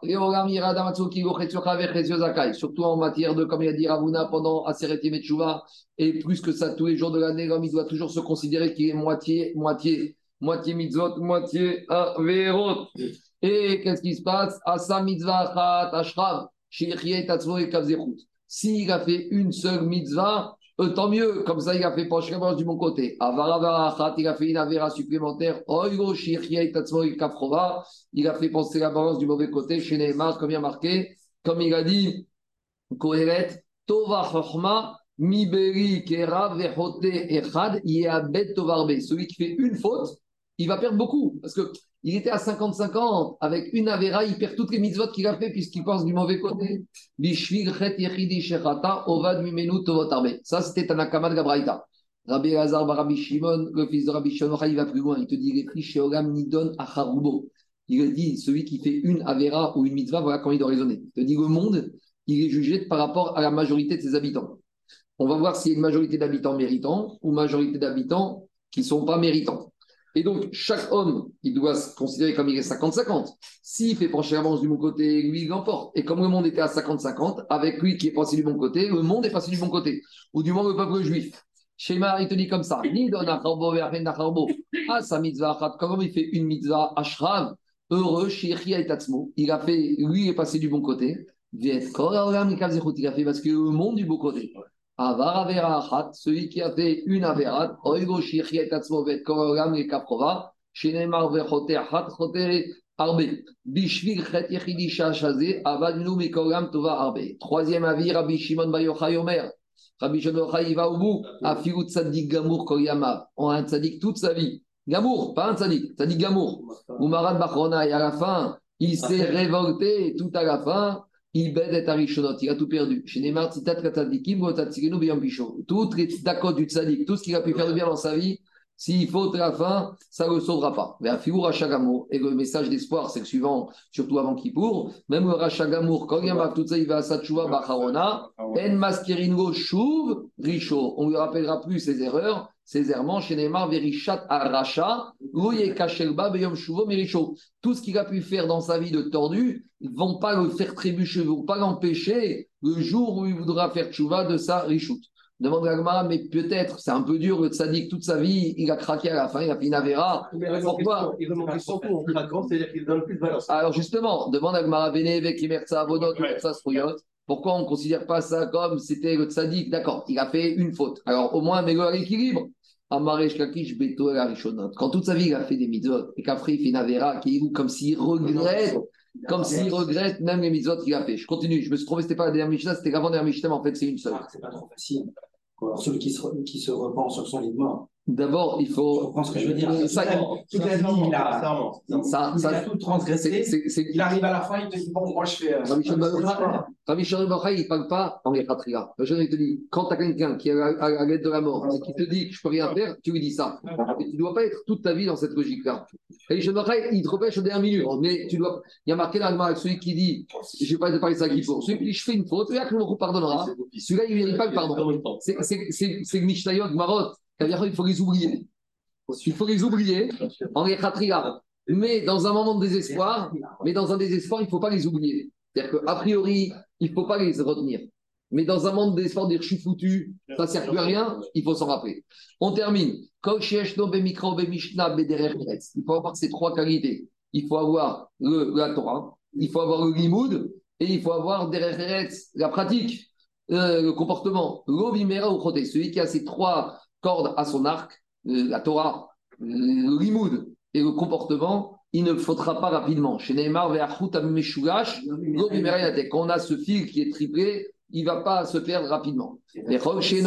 Surtout en matière de, comme il a dit Ravuna pendant Aseret Yom Teshuvah, et plus que ça, tous les jours de l'année, l'homme il doit toujours se considérer qu'il est moitié mitzvot, moitié averot. Et qu'est-ce qui se passe? Asa mitzvah achat ashrav, shirchie tatzvo et kavzechut. S'il a fait une seule mitzvah, tant mieux, comme ça il a fait pencher la balance du bon côté. Avaravara achat, il a fait une avéra supplémentaire. Oigo shirchie tatzvo et kafrova, il a fait penser la balance du mauvais côté. Chez Neymar, comme il a marqué, comme il a dit, Kohelet, Tova Chochma, Miberi Kera Vechote Echad, Yeabet Tovarbe. Celui qui fait une faute, il va perdre beaucoup. Parce qu'il était à 50-50. Avec une Avera, il perd toutes les mitzvot qu'il a fait puisqu'il pense du mauvais côté. Bishvil Chet Yechidi Shechata, Ovad Mimenu Tovotarbe. Ça, c'était Tanakama de Gabraïta. Rabbi Lazar Rabbi Shimon, le fils de Rabbi Shimon, il va plus loin. Il te dit les prix chez Ogam Nidon Acharubo. Il dit celui qui fait une Avera ou une mitzvah, voilà comment il doit raisonner. Il te dit le monde, il est jugé par rapport à la majorité de ses habitants. On va voir s'il y a une majorité d'habitants méritants ou majorité d'habitants qui ne sont pas méritants. Et donc, chaque homme, il doit se considérer comme il est 50-50. S'il fait pencher la balance du bon côté, lui, il l'emporte. Et comme le monde était à 50-50, avec lui qui est passé du bon côté, le monde est passé du bon côté. Ou du moins le peuple juif. Schéma, il te dit comme ça. Ni don acharbo ve'achen acharbo. Ah, sa mitzvah achat. Comme il fait une mitzvah ashrav, heureux, shirchi et tatzmo. Il a fait, lui, il est passé du bon côté. Il a fait parce que le monde du bon côté. Avar avera achat, celui qui a fait une averat, oigo shirchi et tatzmo vet korogam et kaprova, shenemar vechote achat, chote arbe. Bishvil chet yechidi shashazé, avadnu mekorogam tova arbe. Troisième avis, Rabbi Shimon Bar Yochai Omer. Rabbi Shimon Bar Yochai, il va au bout. Afigu tzadik gamour koyamav. On a un tzadik toute sa vie. Gamour, pas un tzadik, tzadik gamour. Umarad Bachrona, et à la fin, il s'est révolté tout à la fin. Il a tout perdu. Toutes les d'accord du tzaddik, tout ce qu'il a pu faire de bien dans sa vie, s'il faut à la fin, ça ne le sauvera pas. Mais à Figour Rachagamour, et le message d'espoir, c'est le suivant, surtout avant Kippour, même le Rachagamour, quand il y a tout ça, il va à Satchouva Bacharona, En Maskeringo Shuv Richo. On ne lui rappellera plus ses erreurs, ses errements, chez Neymar, Verichat Aracha, Loye Kachelba, Beyom Shuvo Mericho. Tout ce qu'il a pu faire dans sa vie de tordu, ils ne vont pas le faire trébucher, ils ne vont pas l'empêcher le jour où il voudra faire tchouva de sa richout. Demande à Gmara, mais peut-être, c'est un peu dur, le tzaddik, toute sa vie, il a craqué à la fin, il a fait une avéra. Pourquoi? Il remonte surtout en craquant, c'est-à-dire qu'il donne plus de valeur. Alors justement, demande à Gmara, Benevek, Imerza, Abonot, Imerza, Sroyot. Pourquoi on ne considère pas ça comme c'était le tzaddik? D'accord, il a fait une faute. Alors au moins, mets-le à l'équilibre. Quand toute sa vie, il a fait des mitzvot, et qu'après, il fait une avéra, qui est comme s'il regrette. Comme s'il regrette même les mitzvot qu'il a fait. Je continue, je me suis trompé, c'était pas la dernière Mishnah, c'était l'avant dernière Mishnah, mais en fait c'est une seule. C'est pas trop facile. Alors, celui qui se repent sur son lit de mort. D'abord, il faut. Je comprends ce que je veux dire. Toute la vie, il a tout transgressé. Il arrive à la fin, il te dit bon, moi je fais. Rabbi Shimon Bar Yochai, il ne parle pas en Echatria. Le jeune, il te dit quand tu as quelqu'un qui est à la lettre de la mort et qui te dit que je ne peux rien faire, tu lui dis ça. Et tu ne dois pas être toute ta vie dans cette logique-là. Rabbi Shimon Bar Yochai, il te repêche au dernier minute. Mais tu dois. Il y a marqué dans le avec celui qui dit je ne vais pas te parler de ça qui pour. Celui qui dit je fais une faute, celui-là que le pardonnera. Celui-là, il ne mérite pas le pardon. C'est le Mishnayot, Marot. C'est-à-dire qu'il faut les oublier. Il faut les oublier en Echatria. Mais dans un moment de désespoir, il ne faut pas les oublier. C'est-à-dire qu'a priori, il ne faut pas les retenir. Mais dans un monde de désespoir, dire je suis foutu, ça ne sert plus à rien, il faut s'en rappeler. On termine. Il faut avoir ces trois qualités. Il faut avoir la Torah, il faut avoir le limoud, et il faut avoir derrière la pratique, le comportement. L'ovimera ou choté, celui qui a ces trois cordes à son arc, la Torah, le limoud et le comportement, il ne faudra pas rapidement. Chez Neymar, quand on a ce fil qui est triplé, il ne va pas se perdre rapidement. Celui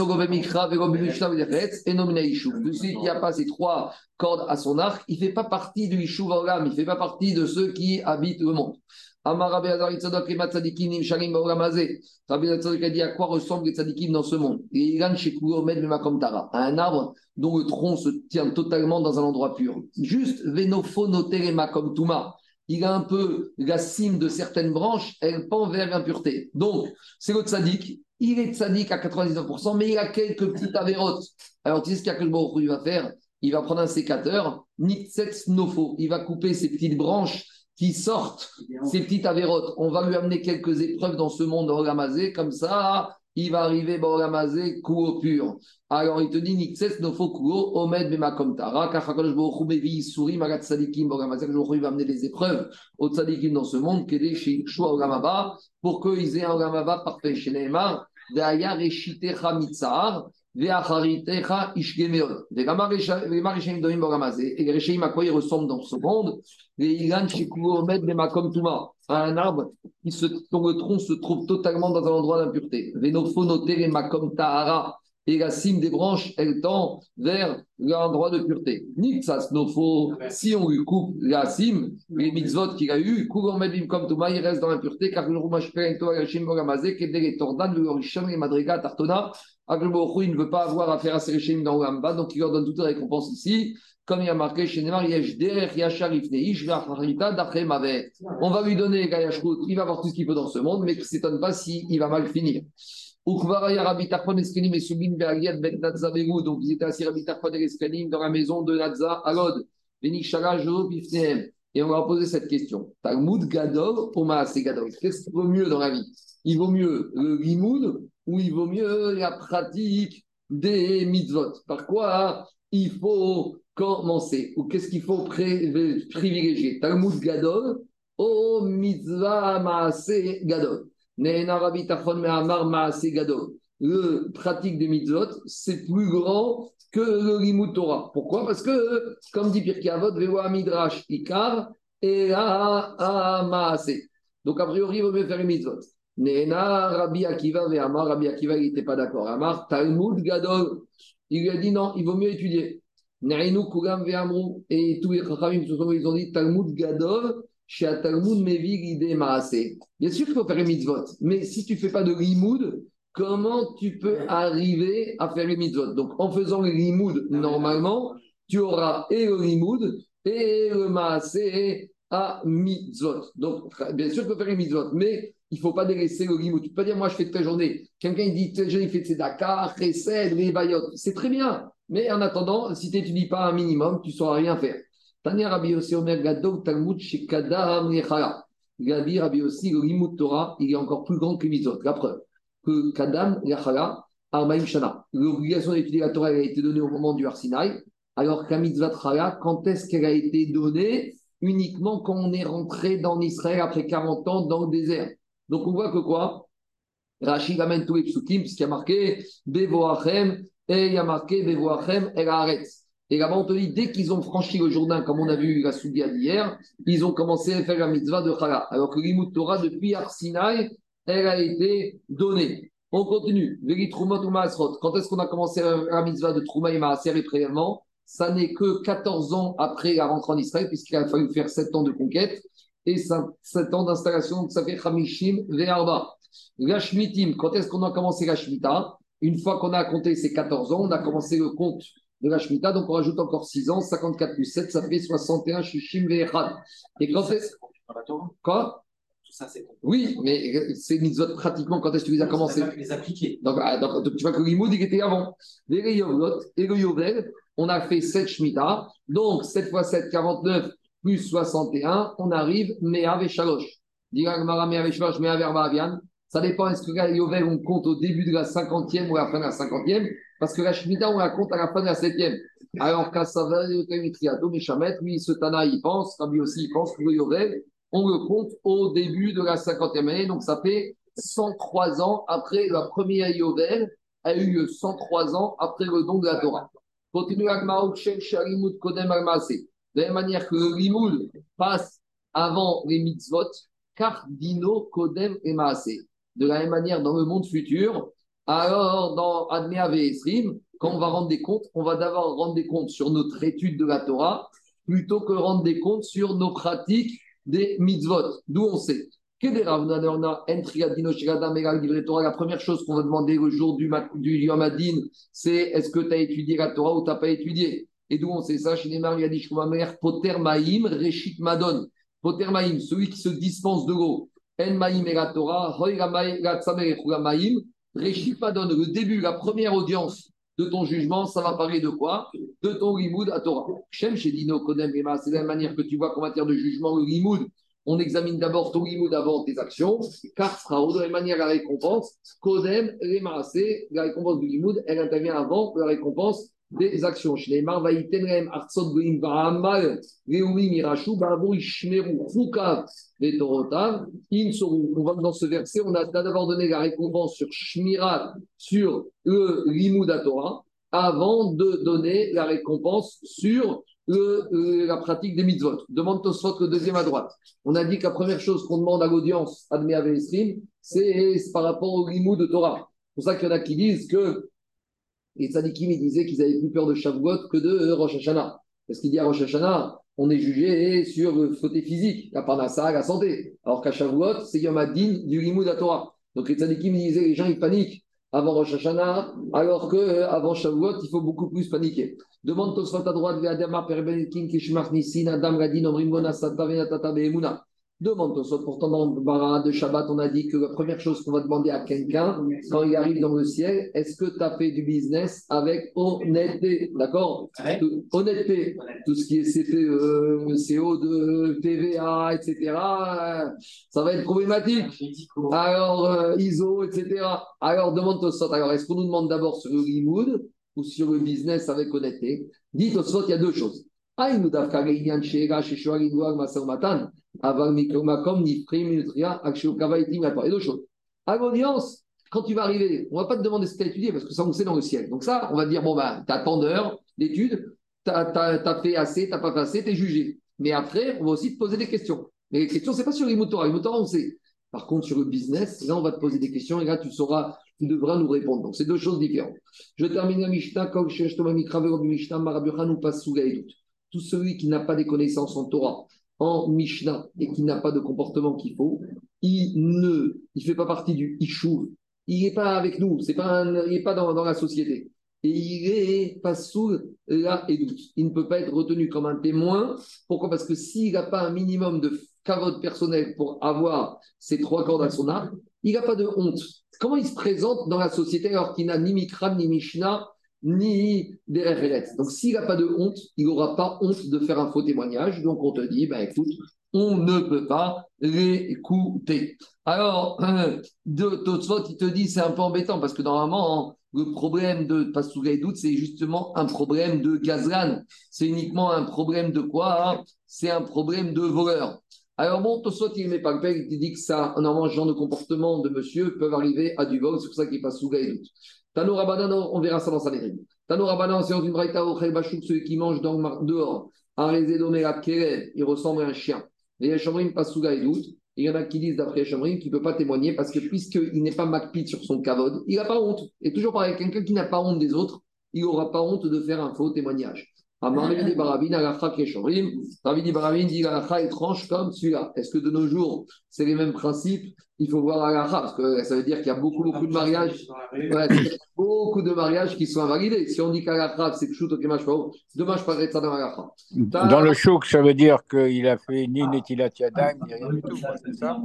qui n'a pas ces trois cordes à son arc, il ne fait pas partie du Yishuv Olam, il ne fait pas partie de ceux qui habitent le monde. Amar Rabbi Azar Itzadok et Matzadikim Nimsharim Baolamazé. Rabbi Azar a dit à quoi ressemblent les tzadikim dans ce monde. Et Ilan Shekou Omed Memakom Tara, un arbre dont le tronc se tient totalement dans un endroit pur. Juste Venophonotere Makom Touma. il a un peu la cime de certaines branches, elle pend vers l'impureté. Donc, c'est le tzaddik, il est tzaddik à 99%, mais il a quelques petites avérotes. Alors, tu sais ce qu'il y a que le Baruch Hu, il va faire? Il va prendre un sécateur, Niktsetz Nofo, il va couper ces petites branches qui sortent, ces petites avérotes. On va lui amener quelques épreuves dans ce monde Olamazé, comme ça, il va arriver Olamazé, Kuo pur. Alors il te dit, Niktsetz Nofo Kuo, Omed Bemakom Tara, Kachakolosh Baruch Hu Mevi Suri, Magat Tzadikim, Olamazé, le Baruch Hu va amener des épreuves aux Tzadikim dans ce monde, Kede Shua Olamaba, pour qu'ils aient un Olamaba parfait chez Neymar, Deaya Reshitecha Mitzahar, et les Réchaïm, à quoi ils ressemblent dans ce monde? Les Ilan, Shekuomed, les Makom Touma, à un arbre dont le tronc se trouve totalement dans un endroit d'impureté. Vénophonoté, les Makom Tahara, et la cime des branches, elle tend vers l'endroit de pureté. Nixas Nofo, si on lui coupe la cime, les mitzvot qu'il a eu, Kougomed, Bimkom Touma, il reste dans l'impureté, car le Rumash Perento, Réchaïm, Bogamazé, Kedel et Tordan, le Risham, les Madriga, Tartona. Il ne veut pas avoir affaire à ces réchim dans Oulamba, donc il leur donne toute la récompense ici. Comme il y a marqué chez Neymar, on va lui donner Gayashkout, il va avoir tout ce qu'il peut dans ce monde, mais il ne s'étonne pas s'il va mal finir. Donc ils étaient assis Rabbi Tarfon et Eskenim dans la maison de Nadza à Lod. Et on leur a posé cette question. Talmud Gadol ou Maase Gadol? Qu'est-ce qui vaut mieux dans la vie? Il vaut mieux le limoud ou il vaut mieux la pratique des mitzvot? Par quoi il faut commencer? Ou qu'est-ce qu'il faut privilégier? Talmud Gadol ou mitzvah Maase Gadol? Ne'ena Rabbi Tarfon me'amar Maase Gadol. Le pratique des mitzvot, c'est plus grand que le limud Torah. Pourquoi? Parce que, comme dit Pirkei Avot, Vewa Midrash Ikar et Maase. Donc, a priori, il vaut mieux faire les mitzvot. Nena, Rabbi Akiva, Ve'amar, Rabbi Akiva, il n'était pas d'accord. Amar, Talmud Gadol. Il lui a dit non, il vaut mieux étudier. Ne'inu Kulam Ve'amru. Et tous les Chachamim, ils ont dit Talmud Gadol, chez Talmud Mevi Gide Maase. Bien sûr qu'il faut faire les mitzvot, mais si tu ne fais pas de limoud, comment tu peux arriver à faire les mitzvot? Donc, en faisant les limoud, normalement, tu auras et le limoud et le maaseh à mitzvot. Donc, bien sûr, tu peux faire les mitzvot, mais il ne faut pas délaisser le limoud. Tu ne peux pas dire, moi, je fais toute la journée. Quelqu'un, il dit, toute la journée, il fait tzedaka, chesed, revayot. C'est très bien. Mais en attendant, si tu n'étudies pas un minimum, tu ne sauras rien faire. Tania Rabbi Yossi Omer Gadol Talmud Shekadam Nechala. Rabbi Yossi, le limoud Torah, il est encore plus grand que les mitzvot. La preuve que Kadam Yachala Arbaim Shana. L'obligation d'étudier la Torah elle a été donnée au moment du Har Sinaï, alors qu'à Mitzvat Chala, quand est-ce qu'elle a été donnée? Uniquement quand on est rentré dans Israël après 40 ans dans le désert. Donc on voit que quoi? Rachid amène tous les psukim, puisqu'il y a marqué Bevoachem, et il y a marqué Bevoachem El Haaretz. Et là-bas, on te dit, dès qu'ils ont franchi le Jourdain, comme on a vu la Soudia d'hier, ils ont commencé à faire la mitzvah de Chala. Alors que l'Imout Torah, depuis Har Sinaï, elle a été donnée. On continue. Quand est-ce qu'on a commencé la mitzvah de Trouma et Maaser et préalablement? Ça n'est que 14 ans après la rentrée en Israël, puisqu'il a fallu faire 7 ans de conquête et 7 ans d'installation. Donc ça fait Hamishim Ve'arba. La Shmitim, quand est-ce qu'on a commencé la Shemitah? Une fois qu'on a compté ces 14 ans, on a commencé le compte de la Shemitah, donc on rajoute encore 6 ans, 54 plus 7, ça fait 61 Shishim Ve'echad. Et quand est-ce... Quoi? Oui, mais c'est mitzvot pratiquement quand est-ce que tu les as commencé? Les appliquer. Donc, tu vois que le limoud, il était avant. Les Yovlot et le Yovel, on a fait 7 Shemitah. Donc, 7 fois 7, 49 plus 61, on arrive Mea Veshalosh. Ça dépend, est-ce que la Yovel, on compte au début de la 50e ou à la fin de la 50e? Parce que la Shemitah, on la compte à la fin de la 7e. Alors, Kassava, Yotel, Mishamet, lui, ce Tana, il pense, Rabbi aussi, il pense que le Yovel, on le compte au début de la 50e année, donc ça fait 103 ans après la première Yovel, a eu lieu 103 ans après le don de la Torah. Continue avec Maokshen Shalimut Kodem Al-Maase. De la même manière que le Limoud passe avant les mitzvot, car Dino Kodem et Maase. De la même manière, dans le monde futur, alors dans Admea Ve'esrim, quand on va rendre des comptes, on va d'abord rendre des comptes sur notre étude de la Torah, plutôt que rendre des comptes sur nos pratiques des mitzvot, d'où on sait. La première chose qu'on va demander le jour du Yom Hadin, c'est est-ce que tu as étudié la Torah ou tu n'as pas étudié? Et d'où on sait ça? Chez Neymar, il a dit Poter Maïm, Reshit Madon. Potermaïm, celui qui se dispense de l'eau, En Maïm et la Torah, Hoy la Tsamer et la Maïm, Réchipa donne le début, la première audience de ton jugement, ça va parler de quoi? De ton limoud à Torah. Shem Shedino Kodem Lema, c'est la manière que tu vois qu'en matière de jugement, le limoud, on examine d'abord ton limoud avant tes actions, car sera de la même manière la récompense. Kodem Lema, c'est la récompense du limoud, elle intervient avant la récompense des actions. Shneimar Vaïtenrem Artsot Goim Va'amal Leumi Mirashu Ba'avou Ishmeru Fukav les Torotav. Dans ce verset, on a d'abord donné la récompense sur Shmirat, sur le Limoud à Torah, avant de donner la récompense sur la pratique des mitzvot. Demande Tosfot le deuxième à droite. On a dit que la première chose qu'on demande à l'audience, Admé Avestrim, c'est par rapport au Limoud de Torah. C'est pour ça qu'il y en a qui disent que les tzadikim, ils disaient qu'ils avaient plus peur de Shavuot que de Rosh Hashanah. Parce qu'il dit à Rosh Hashanah, on est jugé sur le côté physique, la parnassa, la santé. Alors qu'à Shavuot, c'est Yom Hadin du Limoud à Torah. Donc les tzadikim, ils disaient, les gens, ils paniquent avant Rosh Hashanah, alors qu'avant Shavuot, il faut beaucoup plus paniquer. Demande Tosfot à droite, Ve'adama perbenekin kishmach nisin adam gadin omrim gona sata venatata be'emuna. Demande Tosfot, pourtant dans le bara de Shabbat, on a dit que la première chose qu'on va demander à quelqu'un, quand il arrive dans le ciel, est-ce que tu as fait du business avec honnêteté? D'accord? Honnêteté. Tout ce qui est CPE, CO2, TVA, etc., ça va être problématique. Alors, ISO, etc. Alors, demande Tosfot, alors est-ce qu'on nous demande d'abord sur le limoud ou sur le business avec honnêteté? Dit Tosfot, il y a deux choses. Ah, il nous donne il y a deux choses. À l'audience, quand tu vas arriver, on ne va pas te demander ce que tu as étudié parce que ça, on sait dans le ciel. Donc, ça, on va dire bon, bah, tu as tant d'heures d'études, tu as fait assez, tu n'as pas fait assez, tu es jugé. Mais après, on va aussi te poser des questions. Mais les questions, ce n'est pas sur les moteurs. Les moteurs, on sait. Par contre, sur le business, là, on va te poser des questions et là, tu devras nous répondre. Donc, c'est deux choses différentes. Je termine la Mishnah, tout celui qui n'a pas des connaissances en Torah, en Mishnah, et qui n'a pas de comportement qu'il faut, il ne fait pas partie du Ishuv. Il n'est pas avec nous, il n'est pas dans la société. Et il est pas sous la Edout. Il ne peut pas être retenu comme un témoin. Pourquoi? Parce que s'il n'a pas un minimum de kavod personnel pour avoir ces trois cordes à son arc, il n'a pas de honte. Comment il se présente dans la société alors qu'il n'a ni Mikram, ni Mishnah, ni des références? Donc, s'il n'a pas de honte, il n'aura pas honte de faire un faux témoignage. Donc, on te dit, bah, écoute, on ne peut pas l'écouter. Alors, Tosfot, il te dit, c'est un peu embêtant parce que normalement, le problème de Pasouga et doute, c'est justement un problème de gazlan. C'est uniquement un problème de quoi? C'est un problème de voleur. Alors bon, Tosfot, il ne met pas le père, il dit que ça, normalement, ce genre de comportement de monsieur peuvent arriver à du vol, c'est pour ça qu'il passe Souga et doute. Tano Rabanan, on verra ça dans sa lettre. Tano Rabanan, c'est dans une braïta au Khelbachouk, celui qui mange dehors. Arezé Domerat Kelev, il ressemble à un chien. Les Yachamrim passent Souga et doute. Il y en a qui disent d'après Yachamrim qu'il ne peut pas témoigner parce que puisqu'il n'est pas makpid sur son kavod, il n'a pas honte. Et toujours pareil, quelqu'un qui n'a pas honte des autres, il n'aura pas honte de faire un faux témoignage. Amar Barabin, Alacha Keshorim. Ravidi Barabin dit l'Alacha est tranche comme celui-là. Est-ce que de nos jours, c'est les mêmes principes? Il faut voir Alacha, parce que ça veut dire qu'il y a beaucoup de mariages. Ouais, beaucoup de mariages qui sont invalidés. Si on dit qu'Alacha, c'est Pshut, ok, demain, je parlerai de ça dans Alacha. Dans le chouk, ça veut dire qu'il a fait ni Netilat Yadayim, ni rien du tout, c'est ça?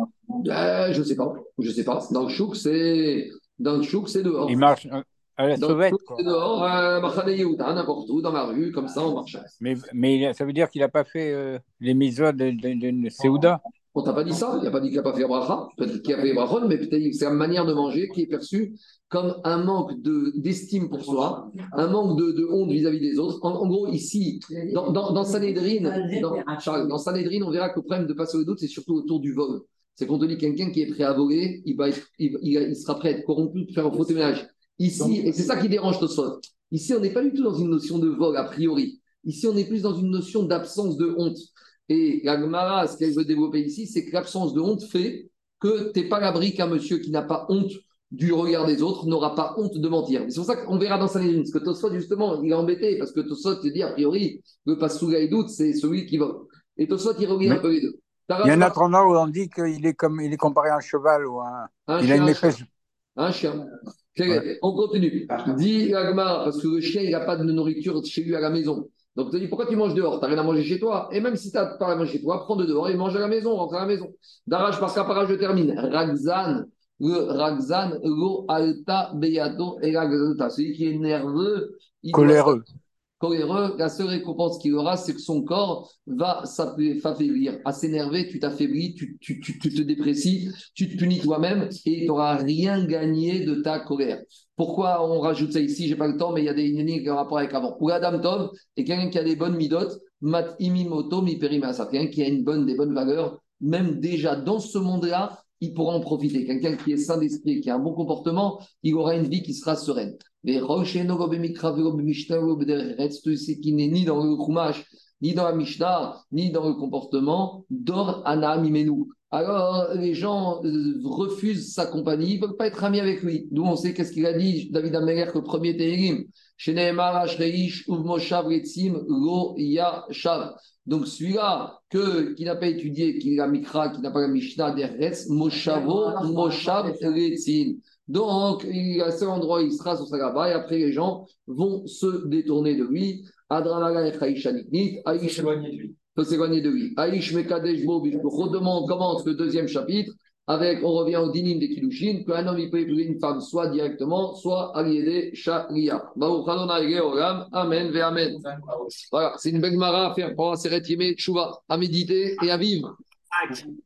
Je ne sais pas. Je sais pas. Dans le chouk, c'est dehors. Il marche à la sauvette, quoi. C'est dehors, n'importe où, dans la rue, comme ça, on marche. Mais ça veut dire qu'il n'a pas fait les mitzvot de Seouda? On t'a pas dit ça, il n'a pas dit qu'il n'a pas fait bracha, peut-être qu'il a fait bracha, mais peut-être que c'est une manière de manger qui est perçue comme un manque d'estime pour soi, un manque de honte vis-à-vis des autres. En gros, ici, dans Sanhedrin, dans Sanhedrin, on verra que le problème de passer au doute, c'est surtout autour du vol. C'est qu'on te dit quelqu'un qui est prêt à voler, il sera prêt à être corrompu pour faire un faux témoignage. Ici, et c'est ça qui dérange Tosfot. Ici, on n'est pas du tout dans une notion de vol a priori. Ici, on est plus dans une notion d'absence de honte. Et la Gemara, ce qu'elle veut développer ici, c'est que l'absence de honte fait que tu n'es pas l'abri qu'un monsieur qui n'a pas honte du regard des autres n'aura pas honte de mentir. C'est pour ça qu'on verra dans Sanhedrin. Parce que Tosfot, justement, il est embêté. Parce que Tosfot te dit, a priori, le Passouga et doute, c'est celui qui vole. Et Tosfot, il regarde un peu les deux. Il y en a un endroit où on dit qu'il est comparé à un cheval ou il a une épaisse. Un chien. Ouais. On continue. Dit Agmar, parce que le chien, il n'a pas de nourriture chez lui à la maison. Donc, tu te dis, pourquoi tu manges dehors? Tu n'as rien à manger chez toi. Et même si tu n'as pas à manger chez toi, prends de dehors et mange à la maison, rentre à la maison. Daraj par kapara, je termine. Ragzan, lo alta beyato et ragzata. Celui qui est nerveux, il doit Coléreux. coléreux, la seule récompense qu'il aura, c'est que son corps va s'affaiblir. À s'énerver, tu t'affaiblis, tu te déprécies, tu te punis toi-même et tu n'auras rien gagné de ta colère. Pourquoi on rajoute ça ici? Je n'ai pas le temps, mais il y a des lignes qui ont rapport avec avant. Ou Adam Tov est quelqu'un qui a des bonnes midotes, mat imimoto mi perimasa, quelqu'un qui a des bonnes valeurs, même déjà dans ce monde-là, il pourra en profiter. Quelqu'un qui est sain d'esprit, qui a un bon comportement, il aura une vie qui sera sereine. Mais ce qui n'est ni dans le Chumash, ni dans la Mishnah, ni dans le comportement, Dor Ana Mimenu. Alors, les gens refusent sa compagnie, ils ne veulent pas être amis avec lui. D'où on sait qu'est-ce qu'il a dit, David Améler, le premier Téhérim. Donc celui-là qui n'a pas étudié, qui a Mikra, qui n'a pas la Mishnah d'Eretz, Moshavo, Moshav, Retzin. Donc, il y a un seul endroit où il sera sur sa gaba et après les gens vont se détourner de lui. Adranala et Chaïchaniknit, Aïch peut s'éloigner de lui. Aïch Mekadesh Bo, redemande, commence le deuxième chapitre avec, on revient au dinim des Kiddushin, qu'un homme il peut épouser une femme soit directement, soit à l'idée Sharia. Baruch Adonai Olam, Amen ve Amen. Voilà, c'est une belle mara à faire pour un Seret Yemé Tchouva, à méditer et à vivre.